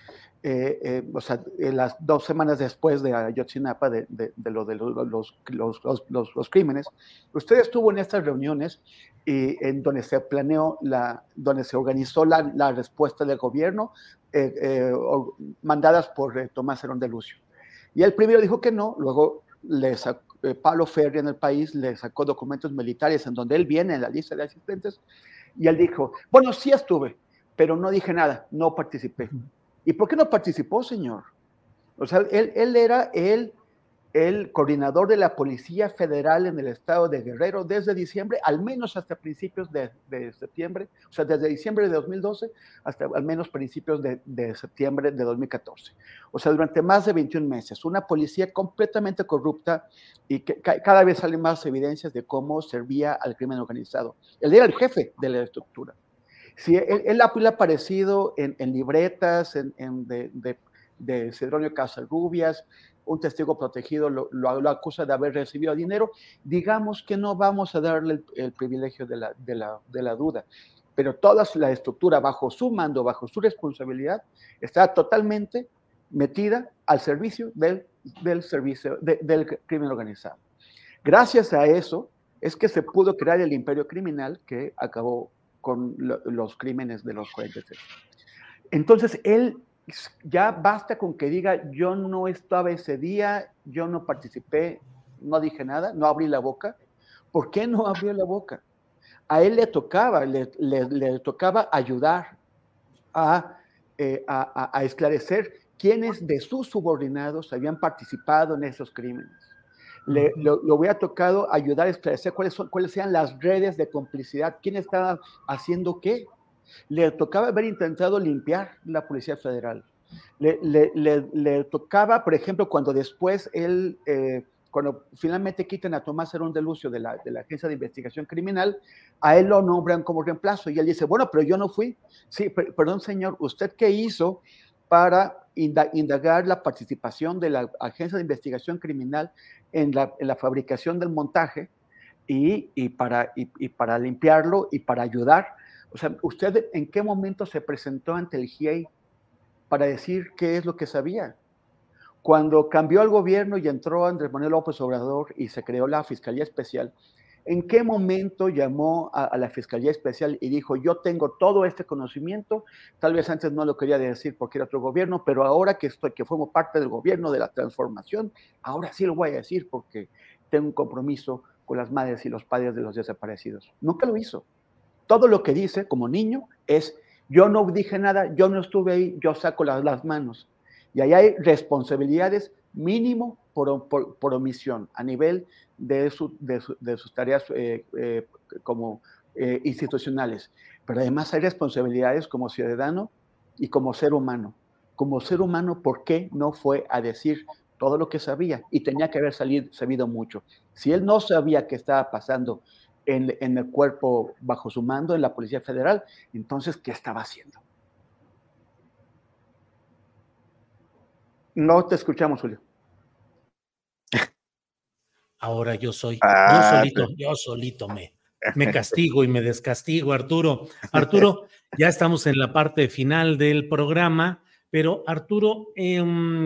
Eh, eh, o sea, en las dos semanas después de Ayotzinapa, de, de, de lo de los, los, los, los, los crímenes, usted estuvo en estas reuniones y en donde se planeó, la, donde se organizó la, la respuesta del gobierno, eh, eh, mandadas por eh, Tomás Herón de Lucio. Y él primero dijo que no, luego le sacó, eh, Pablo Ferri en el país le sacó documentos militares en donde él viene en la lista de asistentes, y él dijo, bueno, sí estuve, pero no dije nada, no participé. ¿Y por qué no participó, señor? O sea, él, él era el, el coordinador de la Policía Federal en el estado de Guerrero desde diciembre, al menos hasta principios de, de septiembre, o sea, desde diciembre de dos mil doce hasta al menos principios de, de septiembre de dos mil catorce. O sea, durante más de veintiún meses, una policía completamente corrupta y que cada vez salen más evidencias de cómo servía al crimen organizado. Él era el jefe de la estructura. Sí, él, él ha aparecido en, en libretas en, en de, de, de Cedronio Casarrubias, un testigo protegido lo, lo, lo acusa de haber recibido dinero. Digamos que no vamos a darle el, el privilegio de la, de, la, de la duda, pero toda la estructura bajo su mando, bajo su responsabilidad, está totalmente metida al servicio del, del, servicio, de, del crimen organizado. Gracias a eso es que se pudo crear el imperio criminal que acabó con lo, los crímenes de los cuarenta y seis. Entonces, él ya basta con que diga, yo no estaba ese día, yo no participé, no dije nada, no abrí la boca. ¿Por qué no abrió la boca? A él le tocaba, le, le, le tocaba ayudar a, eh, a, a esclarecer quiénes de sus subordinados habían participado en esos crímenes. Le, lo, lo hubiera tocado ayudar a esclarecer cuáles, son, cuáles sean las redes de complicidad, quién estaba haciendo qué. Le tocaba haber intentado limpiar la Policía Federal. Le, le, le, le tocaba, por ejemplo, cuando después él, eh, cuando finalmente quitan a Tomás Herón de Lucio de la, de la Agencia de Investigación Criminal, a él lo nombran como reemplazo y él dice, bueno, pero yo no fui. Sí, per, perdón, señor, ¿usted qué hizo para indagar la participación de la Agencia de Investigación Criminal en la, en la fabricación del montaje y, y, para, y, y para limpiarlo y para ayudar? O sea, ¿usted en qué momento se presentó ante el G I E I para decir qué es lo que sabía? Cuando cambió el gobierno y entró Andrés Manuel López Obrador y se creó la Fiscalía Especial, ¿en qué momento llamó a, a la Fiscalía Especial y dijo, yo tengo todo este conocimiento, tal vez antes no lo quería decir porque era otro gobierno, pero ahora que estoy, que formo parte del gobierno de la transformación, ahora sí lo voy a decir porque tengo un compromiso con las madres y los padres de los desaparecidos? Nunca lo hizo. Todo lo que dice como niño es, yo no dije nada, yo no estuve ahí, yo saco las, las manos. Y ahí hay responsabilidades mínimo por, por, por omisión a nivel de, su, de, su, de sus tareas eh, eh, como eh, institucionales. Pero además hay responsabilidades como ciudadano y como ser humano. Como ser humano, ¿por qué no fue a decir todo lo que sabía? Y tenía que haber salido, sabido mucho. Si él no sabía qué estaba pasando en, en el cuerpo bajo su mando, en la Policía Federal, entonces, ¿qué estaba haciendo? No te escuchamos, Julio. Ahora yo soy, Ah, yo solito, yo solito me, Me castigo y me descastigo, Arturo. Arturo, ya estamos en la parte final del programa, pero Arturo, eh,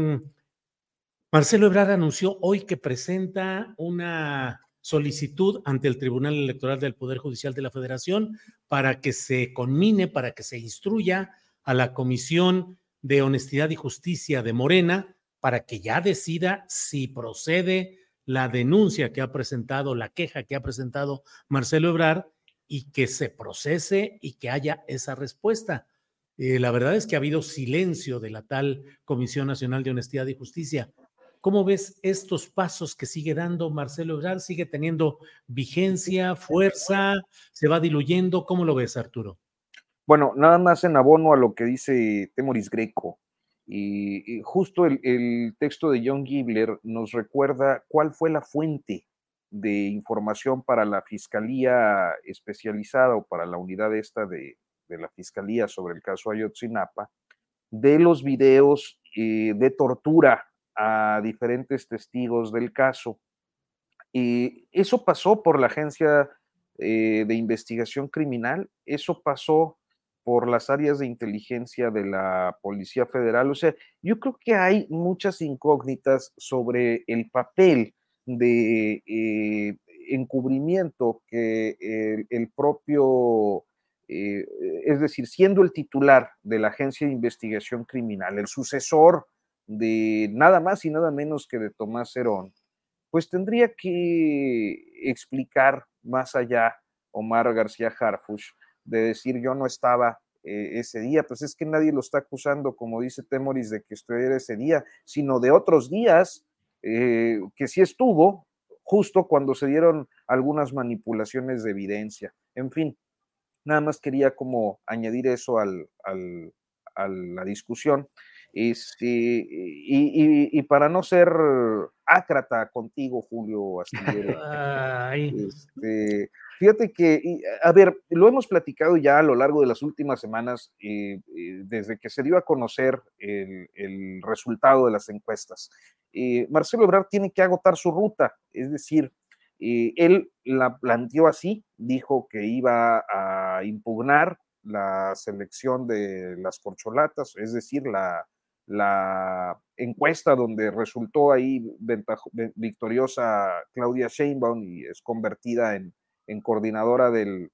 Marcelo Ebrard anunció hoy que presenta una solicitud ante el Tribunal Electoral del Poder Judicial de la Federación para que se conmine, para que se instruya a la Comisión de Honestidad y Justicia de Morena para que ya decida si procede la denuncia que ha presentado, la queja que ha presentado Marcelo Ebrard y que se procese y que haya esa respuesta. Eh, la verdad es que ha habido silencio de la tal Comisión Nacional de Honestidad y Justicia. ¿Cómo ves estos pasos que sigue dando Marcelo Ebrard? ¿Sigue teniendo vigencia, fuerza? ¿Se va diluyendo? ¿Cómo lo ves, Arturo? Bueno, nada más en abono a lo que dice Temoris Greco. Y, y justo el, el texto de John Gibler nos recuerda cuál fue la fuente de información para la Fiscalía Especializada o para la unidad esta de, de la Fiscalía sobre el caso Ayotzinapa, de los videos eh, de tortura a diferentes testigos del caso. Y eso pasó por la Agencia eh, de Investigación Criminal, eso pasó por las áreas de inteligencia de la Policía Federal. O sea, yo creo que hay muchas incógnitas sobre el papel de eh, encubrimiento que el, el propio, eh, es decir, siendo el titular de la Agencia de Investigación Criminal, el sucesor de nada más y nada menos que de Tomás Herón, pues tendría que explicar más allá Omar García Harfuch, de decir yo no estaba eh, ese día, pues es que nadie lo está acusando, como dice Temoris, de que estuviera ese día, sino de otros días eh, que sí estuvo, justo cuando se dieron algunas manipulaciones de evidencia. En fin, nada más quería como añadir eso al, al, a la discusión. Este, y, y, y para no ser ácrata contigo, Julio Astillero, este, fíjate que, a ver, lo hemos platicado ya a lo largo de las últimas semanas, eh, eh, desde que se dio a conocer el, el resultado de las encuestas. Eh, Marcelo Ebrard tiene que agotar su ruta, es decir, eh, él la planteó así, dijo que iba a impugnar la selección de las corcholatas, es decir, la la encuesta donde resultó ahí ventajo, victoriosa Claudia Sheinbaum y es convertida en, en coordinadora del,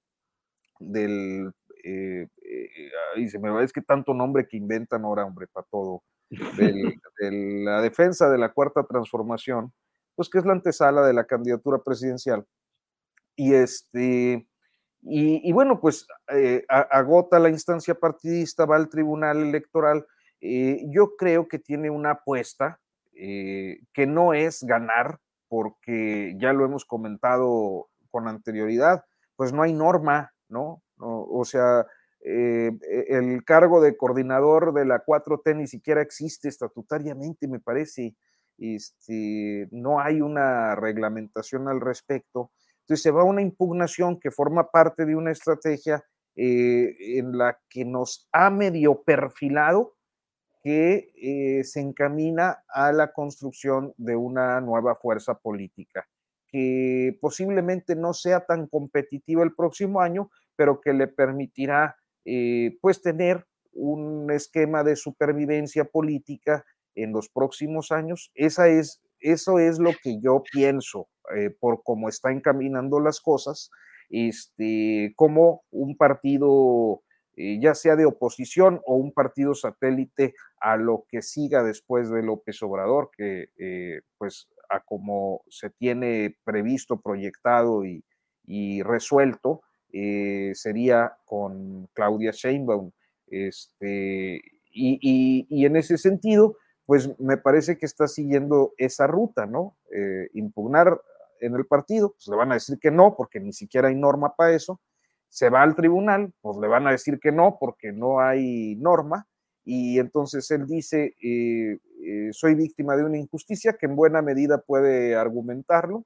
del eh, eh, ay, se me va, es que tanto nombre que inventan ahora, hombre, para todo, del, de la defensa de la Cuarta Transformación, pues que es la antesala de la candidatura presidencial. Y este... Y, y bueno, pues eh, agota la instancia partidista, va al Tribunal Electoral. Eh, yo creo que tiene una apuesta eh, que no es ganar, porque ya lo hemos comentado con anterioridad, pues no hay norma, ¿no? no o sea, eh, el cargo de coordinador de la cuatro T ni siquiera existe estatutariamente, me parece. Este, no hay una reglamentación al respecto. Entonces se va a una impugnación que forma parte de una estrategia eh, en la que nos ha medio perfilado que eh, se encamina a la construcción de una nueva fuerza política, que posiblemente no sea tan competitiva el próximo año, pero que le permitirá eh, pues tener un esquema de supervivencia política en los próximos años. Esa es, eso es lo que yo pienso eh, por cómo está encaminando las cosas, este, como un partido Eh, ya sea de oposición o un partido satélite a lo que siga después de López Obrador, que eh, pues a como se tiene previsto, proyectado y, y resuelto, eh, sería con Claudia Sheinbaum. Este, y, y, y en ese sentido, pues me parece que está siguiendo esa ruta, ¿no? Eh, impugnar en el partido, pues le van a decir que no, porque ni siquiera hay norma para eso. Se va al tribunal, pues le van a decir que no, porque no hay norma, y entonces él dice, eh, eh, soy víctima de una injusticia, que en buena medida puede argumentarlo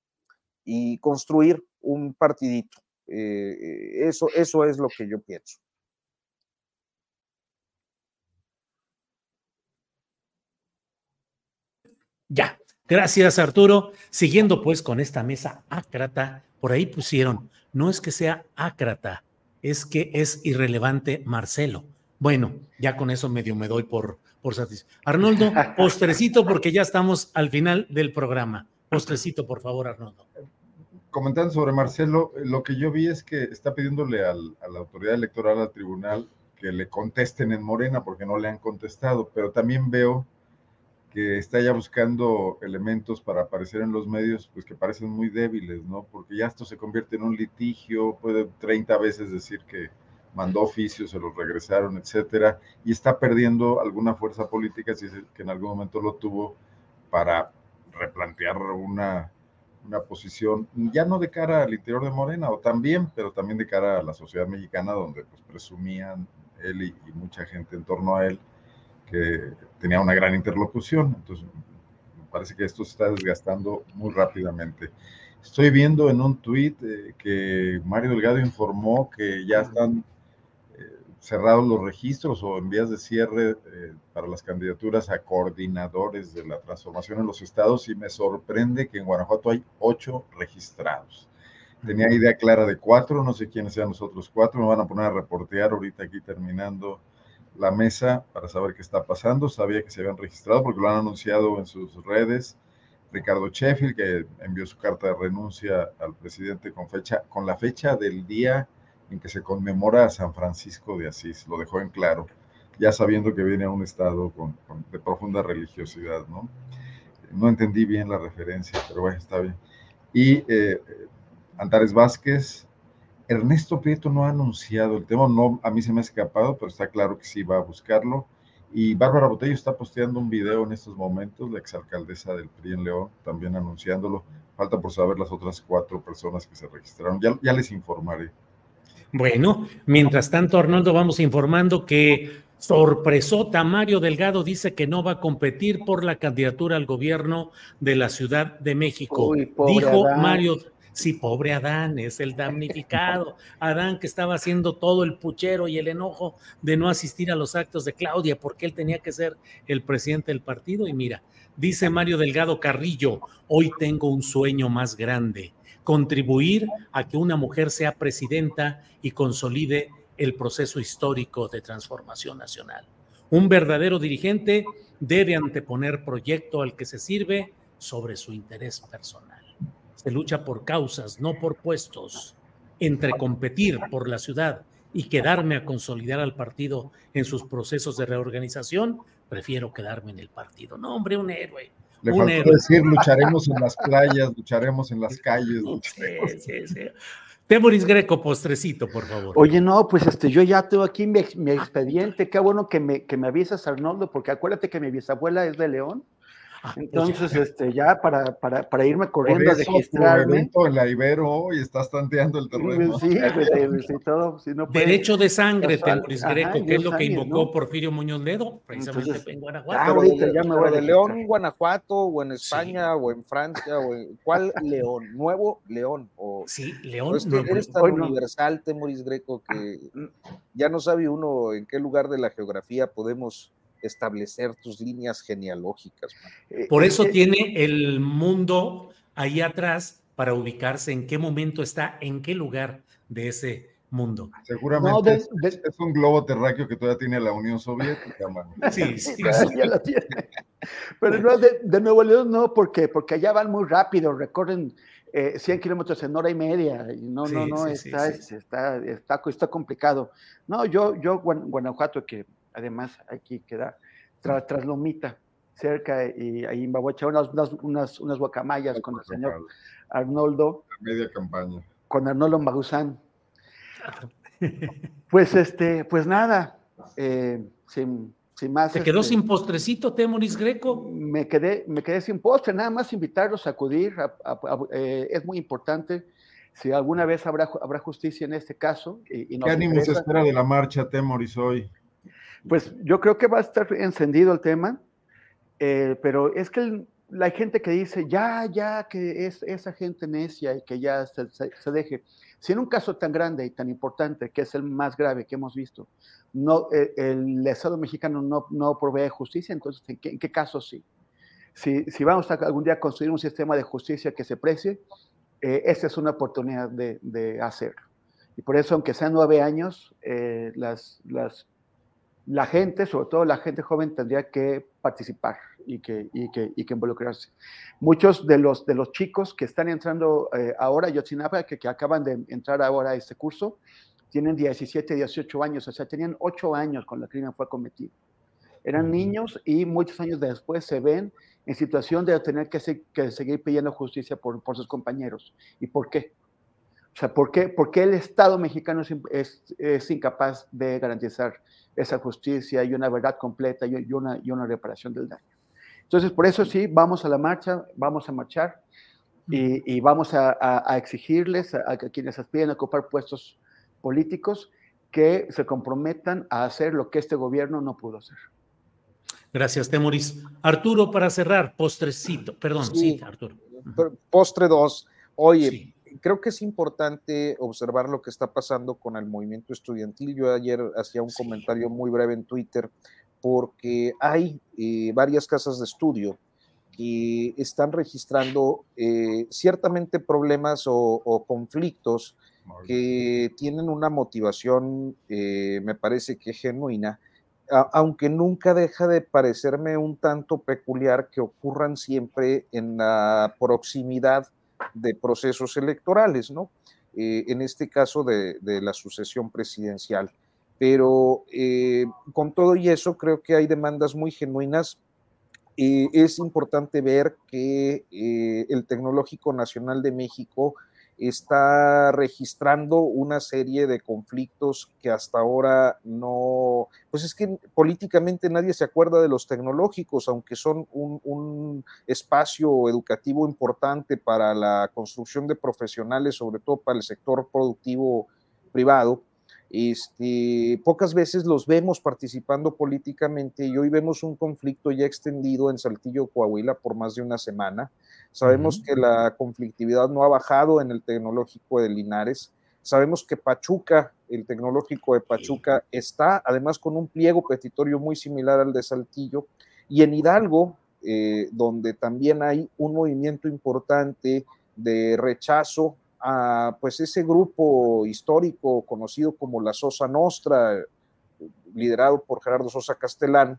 y construir un partidito. Eh, eso, eso es lo que yo pienso. Ya, Gracias, Arturo. Siguiendo pues con esta mesa ácrata, por ahí pusieron, no es que sea ácrata, es que es irrelevante Marcelo. Bueno, ya con eso medio me doy por, por satisfecho. Arnoldo, postrecito porque ya estamos al final del programa. Postrecito, por favor, Arnoldo. Comentando sobre Marcelo, lo que yo vi es que está pidiéndole al, a la autoridad electoral, al tribunal, que le contesten en Morena porque no le han contestado, pero también veo que está ya buscando elementos para aparecer en los medios, pues que parecen muy débiles, ¿no? Porque ya esto se convierte en un litigio, puede treinta veces decir que mandó oficios, se los regresaron, etcétera, y está perdiendo alguna fuerza política, si es que en algún momento lo tuvo, para replantear una, una posición, ya no de cara al interior de Morena, o también, pero también de cara a la sociedad mexicana, donde pues presumían él y, y mucha gente en torno a él, que tenía una gran interlocución. Entonces me parece que esto se está desgastando muy rápidamente. Estoy viendo en un tuit eh, que Mario Delgado informó que ya están eh, cerrados los registros o en vías de cierre eh, para las candidaturas a coordinadores de la transformación en los estados, y me sorprende que en Guanajuato hay ocho registrados. Tenía idea clara de cuatro, no sé quiénes sean los otros cuatro, me van a poner a reportear ahorita aquí terminando la mesa para saber qué está pasando. Sabía que se habían registrado porque lo han anunciado en sus redes. Ricardo Sheffield, que envió su carta de renuncia al presidente con fecha, con la fecha del día en que se conmemora a San Francisco de Asís, lo dejó en claro, ya sabiendo que viene a un estado con, con, de profunda religiosidad, ¿no? No entendí bien la referencia, pero bueno, está bien. Y eh, Antares Vázquez, Ernesto Prieto no ha anunciado el tema, no, a mí se me ha escapado, pero está claro que sí va a buscarlo. Y Bárbara Botello está posteando un video en estos momentos, la exalcaldesa del P R I en León, también anunciándolo. Falta por saber las otras cuatro personas que se registraron. Ya, ya les informaré. Bueno, mientras tanto, Arnoldo, vamos informando que sorpresota, Mario Delgado dice que no va a competir por la candidatura al gobierno de la Ciudad de México. Uy, Dijo Adán. Mario... Sí, pobre Adán, es el damnificado. Adán que estaba haciendo todo el puchero y el enojo de no asistir a los actos de Claudia porque él tenía que ser el presidente del partido. Y mira, dice Mario Delgado Carrillo, hoy tengo un sueño más grande, contribuir a que una mujer sea presidenta y consolide el proceso histórico de transformación nacional. Un verdadero dirigente debe anteponer proyecto al que se sirve sobre su interés personal. Se lucha por causas, no por puestos. Entre competir por la ciudad y quedarme a consolidar al partido en sus procesos de reorganización, prefiero quedarme en el partido. No, hombre, un héroe. Le un faltó héroe. decir, lucharemos en las playas, lucharemos en las calles. Lucharemos. Sí, sí, sí. Temoris Greco, postrecito, por favor. Oye, no, pues este, yo ya tengo aquí mi, mi expediente. Qué bueno que me, que me avisas, Arnoldo, porque acuérdate que mi bisabuela es de León. Entonces, este, ya para, para, para irme corriendo Por a eso, registrarme. tu evento en la Ibero y estás tanteando el terreno. Sí, pues, pues, sí, todo. Si no puede, Derecho de sangre, casual. Temoris Ajá, Greco, que Dios es lo que años, invocó ¿no? Porfirio Muñoz Ledo, precisamente Entonces, en Guanajuato. ah, Pero ahorita de, ya me pero voy a de registrar. León, Guanajuato, o en España, sí. o en Francia, o en, ¿cuál León? ¿Nuevo León? O, sí, León. ¿o es que Nuevo, eres tan hoy no. universal, Temoris Greco, que ya no sabe uno en qué lugar de la geografía podemos establecer tus líneas genealógicas. Por eso tiene el mundo ahí atrás para ubicarse en qué momento está, en qué lugar de ese mundo. Seguramente No, de, es, de, es un globo terráqueo que todavía tiene la Unión Soviética, mano. Sí, sí, sí. Ya lo tiene. Pero no, de, de Nuevo León no, ¿por qué? Porque allá van muy rápido, recorren eh, cien kilómetros en hora y media. Y no, sí, no, no, sí, está, sí, sí. Está, está, está, está complicado. No, yo, yo Guanajuato, que además aquí queda tras, tras Lomita, cerca, y ahí me voy a echar unas, unas, unas, unas guacamayas con el señor Arnoldo. La media campaña. Con Arnoldo Magusán. Pues este, pues nada, eh, sin, sin más. ¿Te quedó este, sin postrecito, Temoris Greco? Me quedé, me quedé sin postre, nada más invitarlos a acudir, a, a, a, eh, es muy importante. Si alguna vez habrá, habrá justicia en este caso. Y, y nos ¿Qué ánimo interesa, se espera de la marcha, Temoris, hoy? Pues yo creo que va a estar encendido el tema, eh, pero es que el, la gente que dice, ya, ya, que es esa gente necia y que ya se, se, se deje. Si en un caso tan grande y tan importante, que es el más grave que hemos visto, no, el, el Estado mexicano no, no provee justicia, entonces, ¿en qué, en qué caso sí? si, si vamos a algún día construir un sistema de justicia que se precie, eh, esta es una oportunidad de, de hacerlo. Y por eso, aunque sean nueve años, eh, las, las, la gente, sobre todo la gente joven, tendría que participar y que, y que, y que involucrarse. Muchos de los, de los chicos que están entrando eh, ahora a Ayotzinapa, que, que acaban de entrar ahora a este curso, tienen diecisiete, dieciocho años, o sea, tenían ocho años cuando el crimen fue cometido. Eran niños y muchos años después se ven en situación de tener que, se, que seguir pidiendo justicia por, por sus compañeros. ¿Y por qué? O sea, ¿por qué, por qué el Estado mexicano es, es, es incapaz de garantizar esa justicia y una verdad completa y, y, una, y una reparación del daño? Entonces, por eso sí, vamos a la marcha, vamos a marchar y, y vamos a, a, a exigirles a, a quienes aspiren a ocupar puestos políticos que se comprometan a hacer lo que este gobierno no pudo hacer. Gracias, Temoris. Arturo, para cerrar, postrecito, perdón, sí, sí Arturo. Postre dos. Oye, sí. Creo que es importante observar lo que está pasando con el movimiento estudiantil. Yo ayer hacía un sí. comentario muy breve en Twitter, porque hay eh, varias casas de estudio que están registrando eh, ciertamente problemas o, o conflictos que tienen una motivación, eh, me parece que genuina, a, aunque nunca deja de parecerme un tanto peculiar que ocurran siempre en la proximidad de procesos electorales, ¿no? Eh, en este caso de, de la sucesión presidencial. Pero eh, con todo y eso, creo que hay demandas muy genuinas. Eh, es importante ver que eh, el Tecnológico Nacional de México está registrando una serie de conflictos que hasta ahora no, pues es que políticamente nadie se acuerda de los tecnológicos, aunque son un, un espacio educativo importante para la construcción de profesionales, sobre todo para el sector productivo privado. Este, pocas veces los vemos participando políticamente y hoy vemos un conflicto ya extendido en Saltillo, Coahuila, por más de una semana. Sabemos uh-huh. que la conflictividad no ha bajado en el Tecnológico de Linares. Sabemos que Pachuca, el Tecnológico de Pachuca, está además con un pliego petitorio muy similar al de Saltillo. Y en Hidalgo, eh, donde también hay un movimiento importante de rechazo a pues ese grupo histórico conocido como la Sosa Nostra, liderado por Gerardo Sosa Castellán,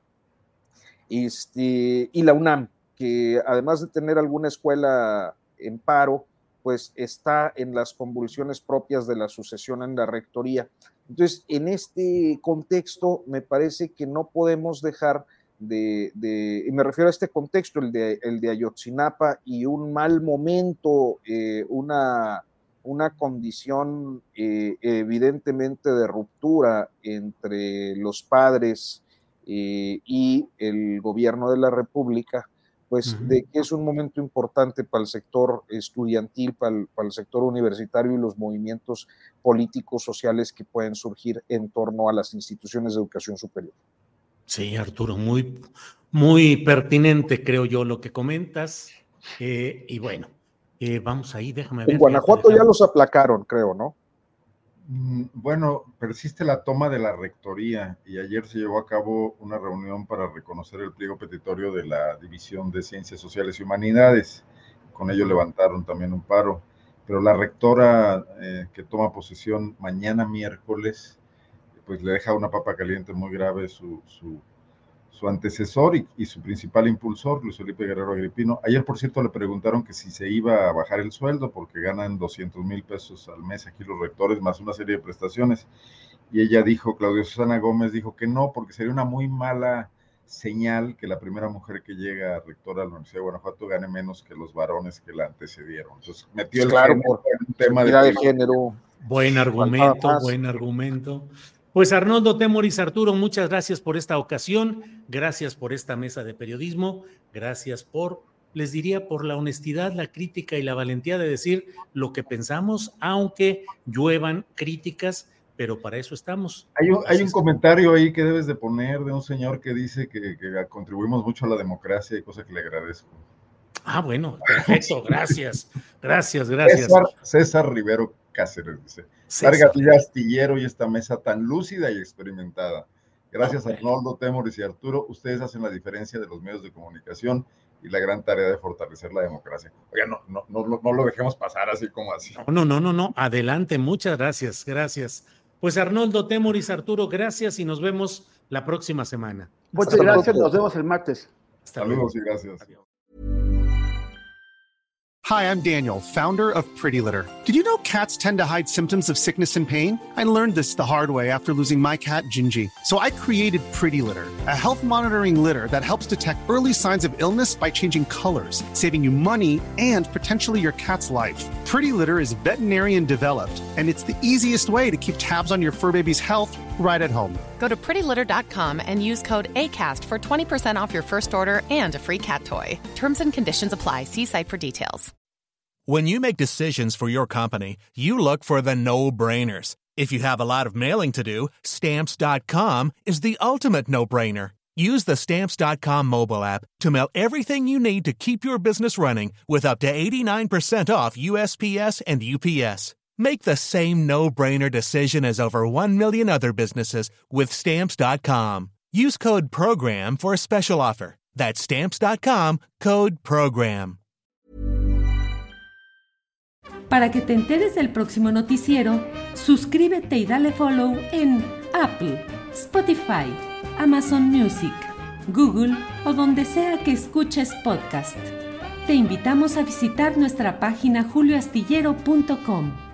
este, y la UNAM, que además de tener alguna escuela en paro, pues está en las convulsiones propias de la sucesión en la rectoría. Entonces, en este contexto, me parece que no podemos dejar de, de y me refiero a este contexto, el de, el de Ayotzinapa, y un mal momento, eh, una... una condición eh, evidentemente de ruptura entre los padres eh, y el gobierno de la República, pues uh-huh. de que es un momento importante para el sector estudiantil, para el, para el sector universitario y los movimientos políticos sociales que pueden surgir en torno a las instituciones de educación superior. Sí, Arturo, muy, muy pertinente creo yo lo que comentas, eh, y bueno, Eh, vamos ahí, déjame ver. En Guanajuato ya los aplacaron, creo, ¿no? Bueno, persiste la toma de la rectoría y ayer se llevó a cabo una reunión para reconocer el pliego petitorio de la División de Ciencias Sociales y Humanidades. Con ello levantaron también un paro. Pero la rectora eh, que toma posesión mañana miércoles, pues le deja una papa caliente muy grave su... su su antecesor y, y su principal impulsor, Luis Felipe Guerrero Agripino. Ayer, por cierto, le preguntaron que si se iba a bajar el sueldo, porque ganan doscientos mil pesos al mes aquí los rectores, más una serie de prestaciones, y ella dijo, Claudia Susana Gómez dijo que no, porque sería una muy mala señal que la primera mujer que llega a rectora de la Universidad de Guanajuato gane menos que los varones que la antecedieron. Entonces, metió el claro, género por en un tema de, de género. Buen argumento, buen argumento. Pues Arnoldo Temoris, Arturo, muchas gracias por esta ocasión, gracias por esta mesa de periodismo, gracias por, les diría, por la honestidad, la crítica y la valentía de decir lo que pensamos, aunque lluevan críticas, pero para eso estamos. Hay un, hay un comentario ahí que debes de poner de un señor que dice que, que contribuimos mucho a la democracia y cosa que le agradezco. Ah, bueno, perfecto, gracias, gracias, gracias. César, César Rivero Cáceres dice, Vargas Astillero y esta mesa tan lúcida y experimentada. Gracias okay. a Arnoldo, Temoris y Arturo, ustedes hacen la diferencia de los medios de comunicación y la gran tarea de fortalecer la democracia. Oiga, no, no, no, no lo dejemos pasar así como así. No, no, no, no, adelante, muchas gracias, gracias. Pues Arnoldo, Temoris, Arturo, gracias y nos vemos la próxima semana. Muchas Hasta gracias, nos vemos el martes. Hasta Saludos luego. Y gracias. Adiós. Hi, I'm Daniel, founder of Pretty Litter. Did you know cats tend to hide symptoms of sickness and pain? I learned this the hard way after losing my cat, Gingy. So I created Pretty Litter, a health monitoring litter that helps detect early signs of illness by changing colors, saving you money and potentially your cat's life. Pretty Litter is veterinarian developed, and it's the easiest way to keep tabs on your fur baby's health right at home. Go to pretty litter dot com and use code ACAST for twenty percent off your first order and a free cat toy. Terms and conditions apply. See site for details. When you make decisions for your company, you look for the no-brainers. If you have a lot of mailing to do, Stamps dot com is the ultimate no-brainer. Use the Stamps dot com mobile app to mail everything you need to keep your business running with up to eighty-nine percent off U S P S and U P S. Make the same no-brainer decision as over one million other businesses with Stamps dot com. Use code PROGRAM for a special offer. That's Stamps dot com, code PROGRAM. Para que te enteres del próximo noticiero, suscríbete y dale follow en Apple, Spotify, Amazon Music, Google o donde sea que escuches podcast. Te invitamos a visitar nuestra página julio astillero punto com.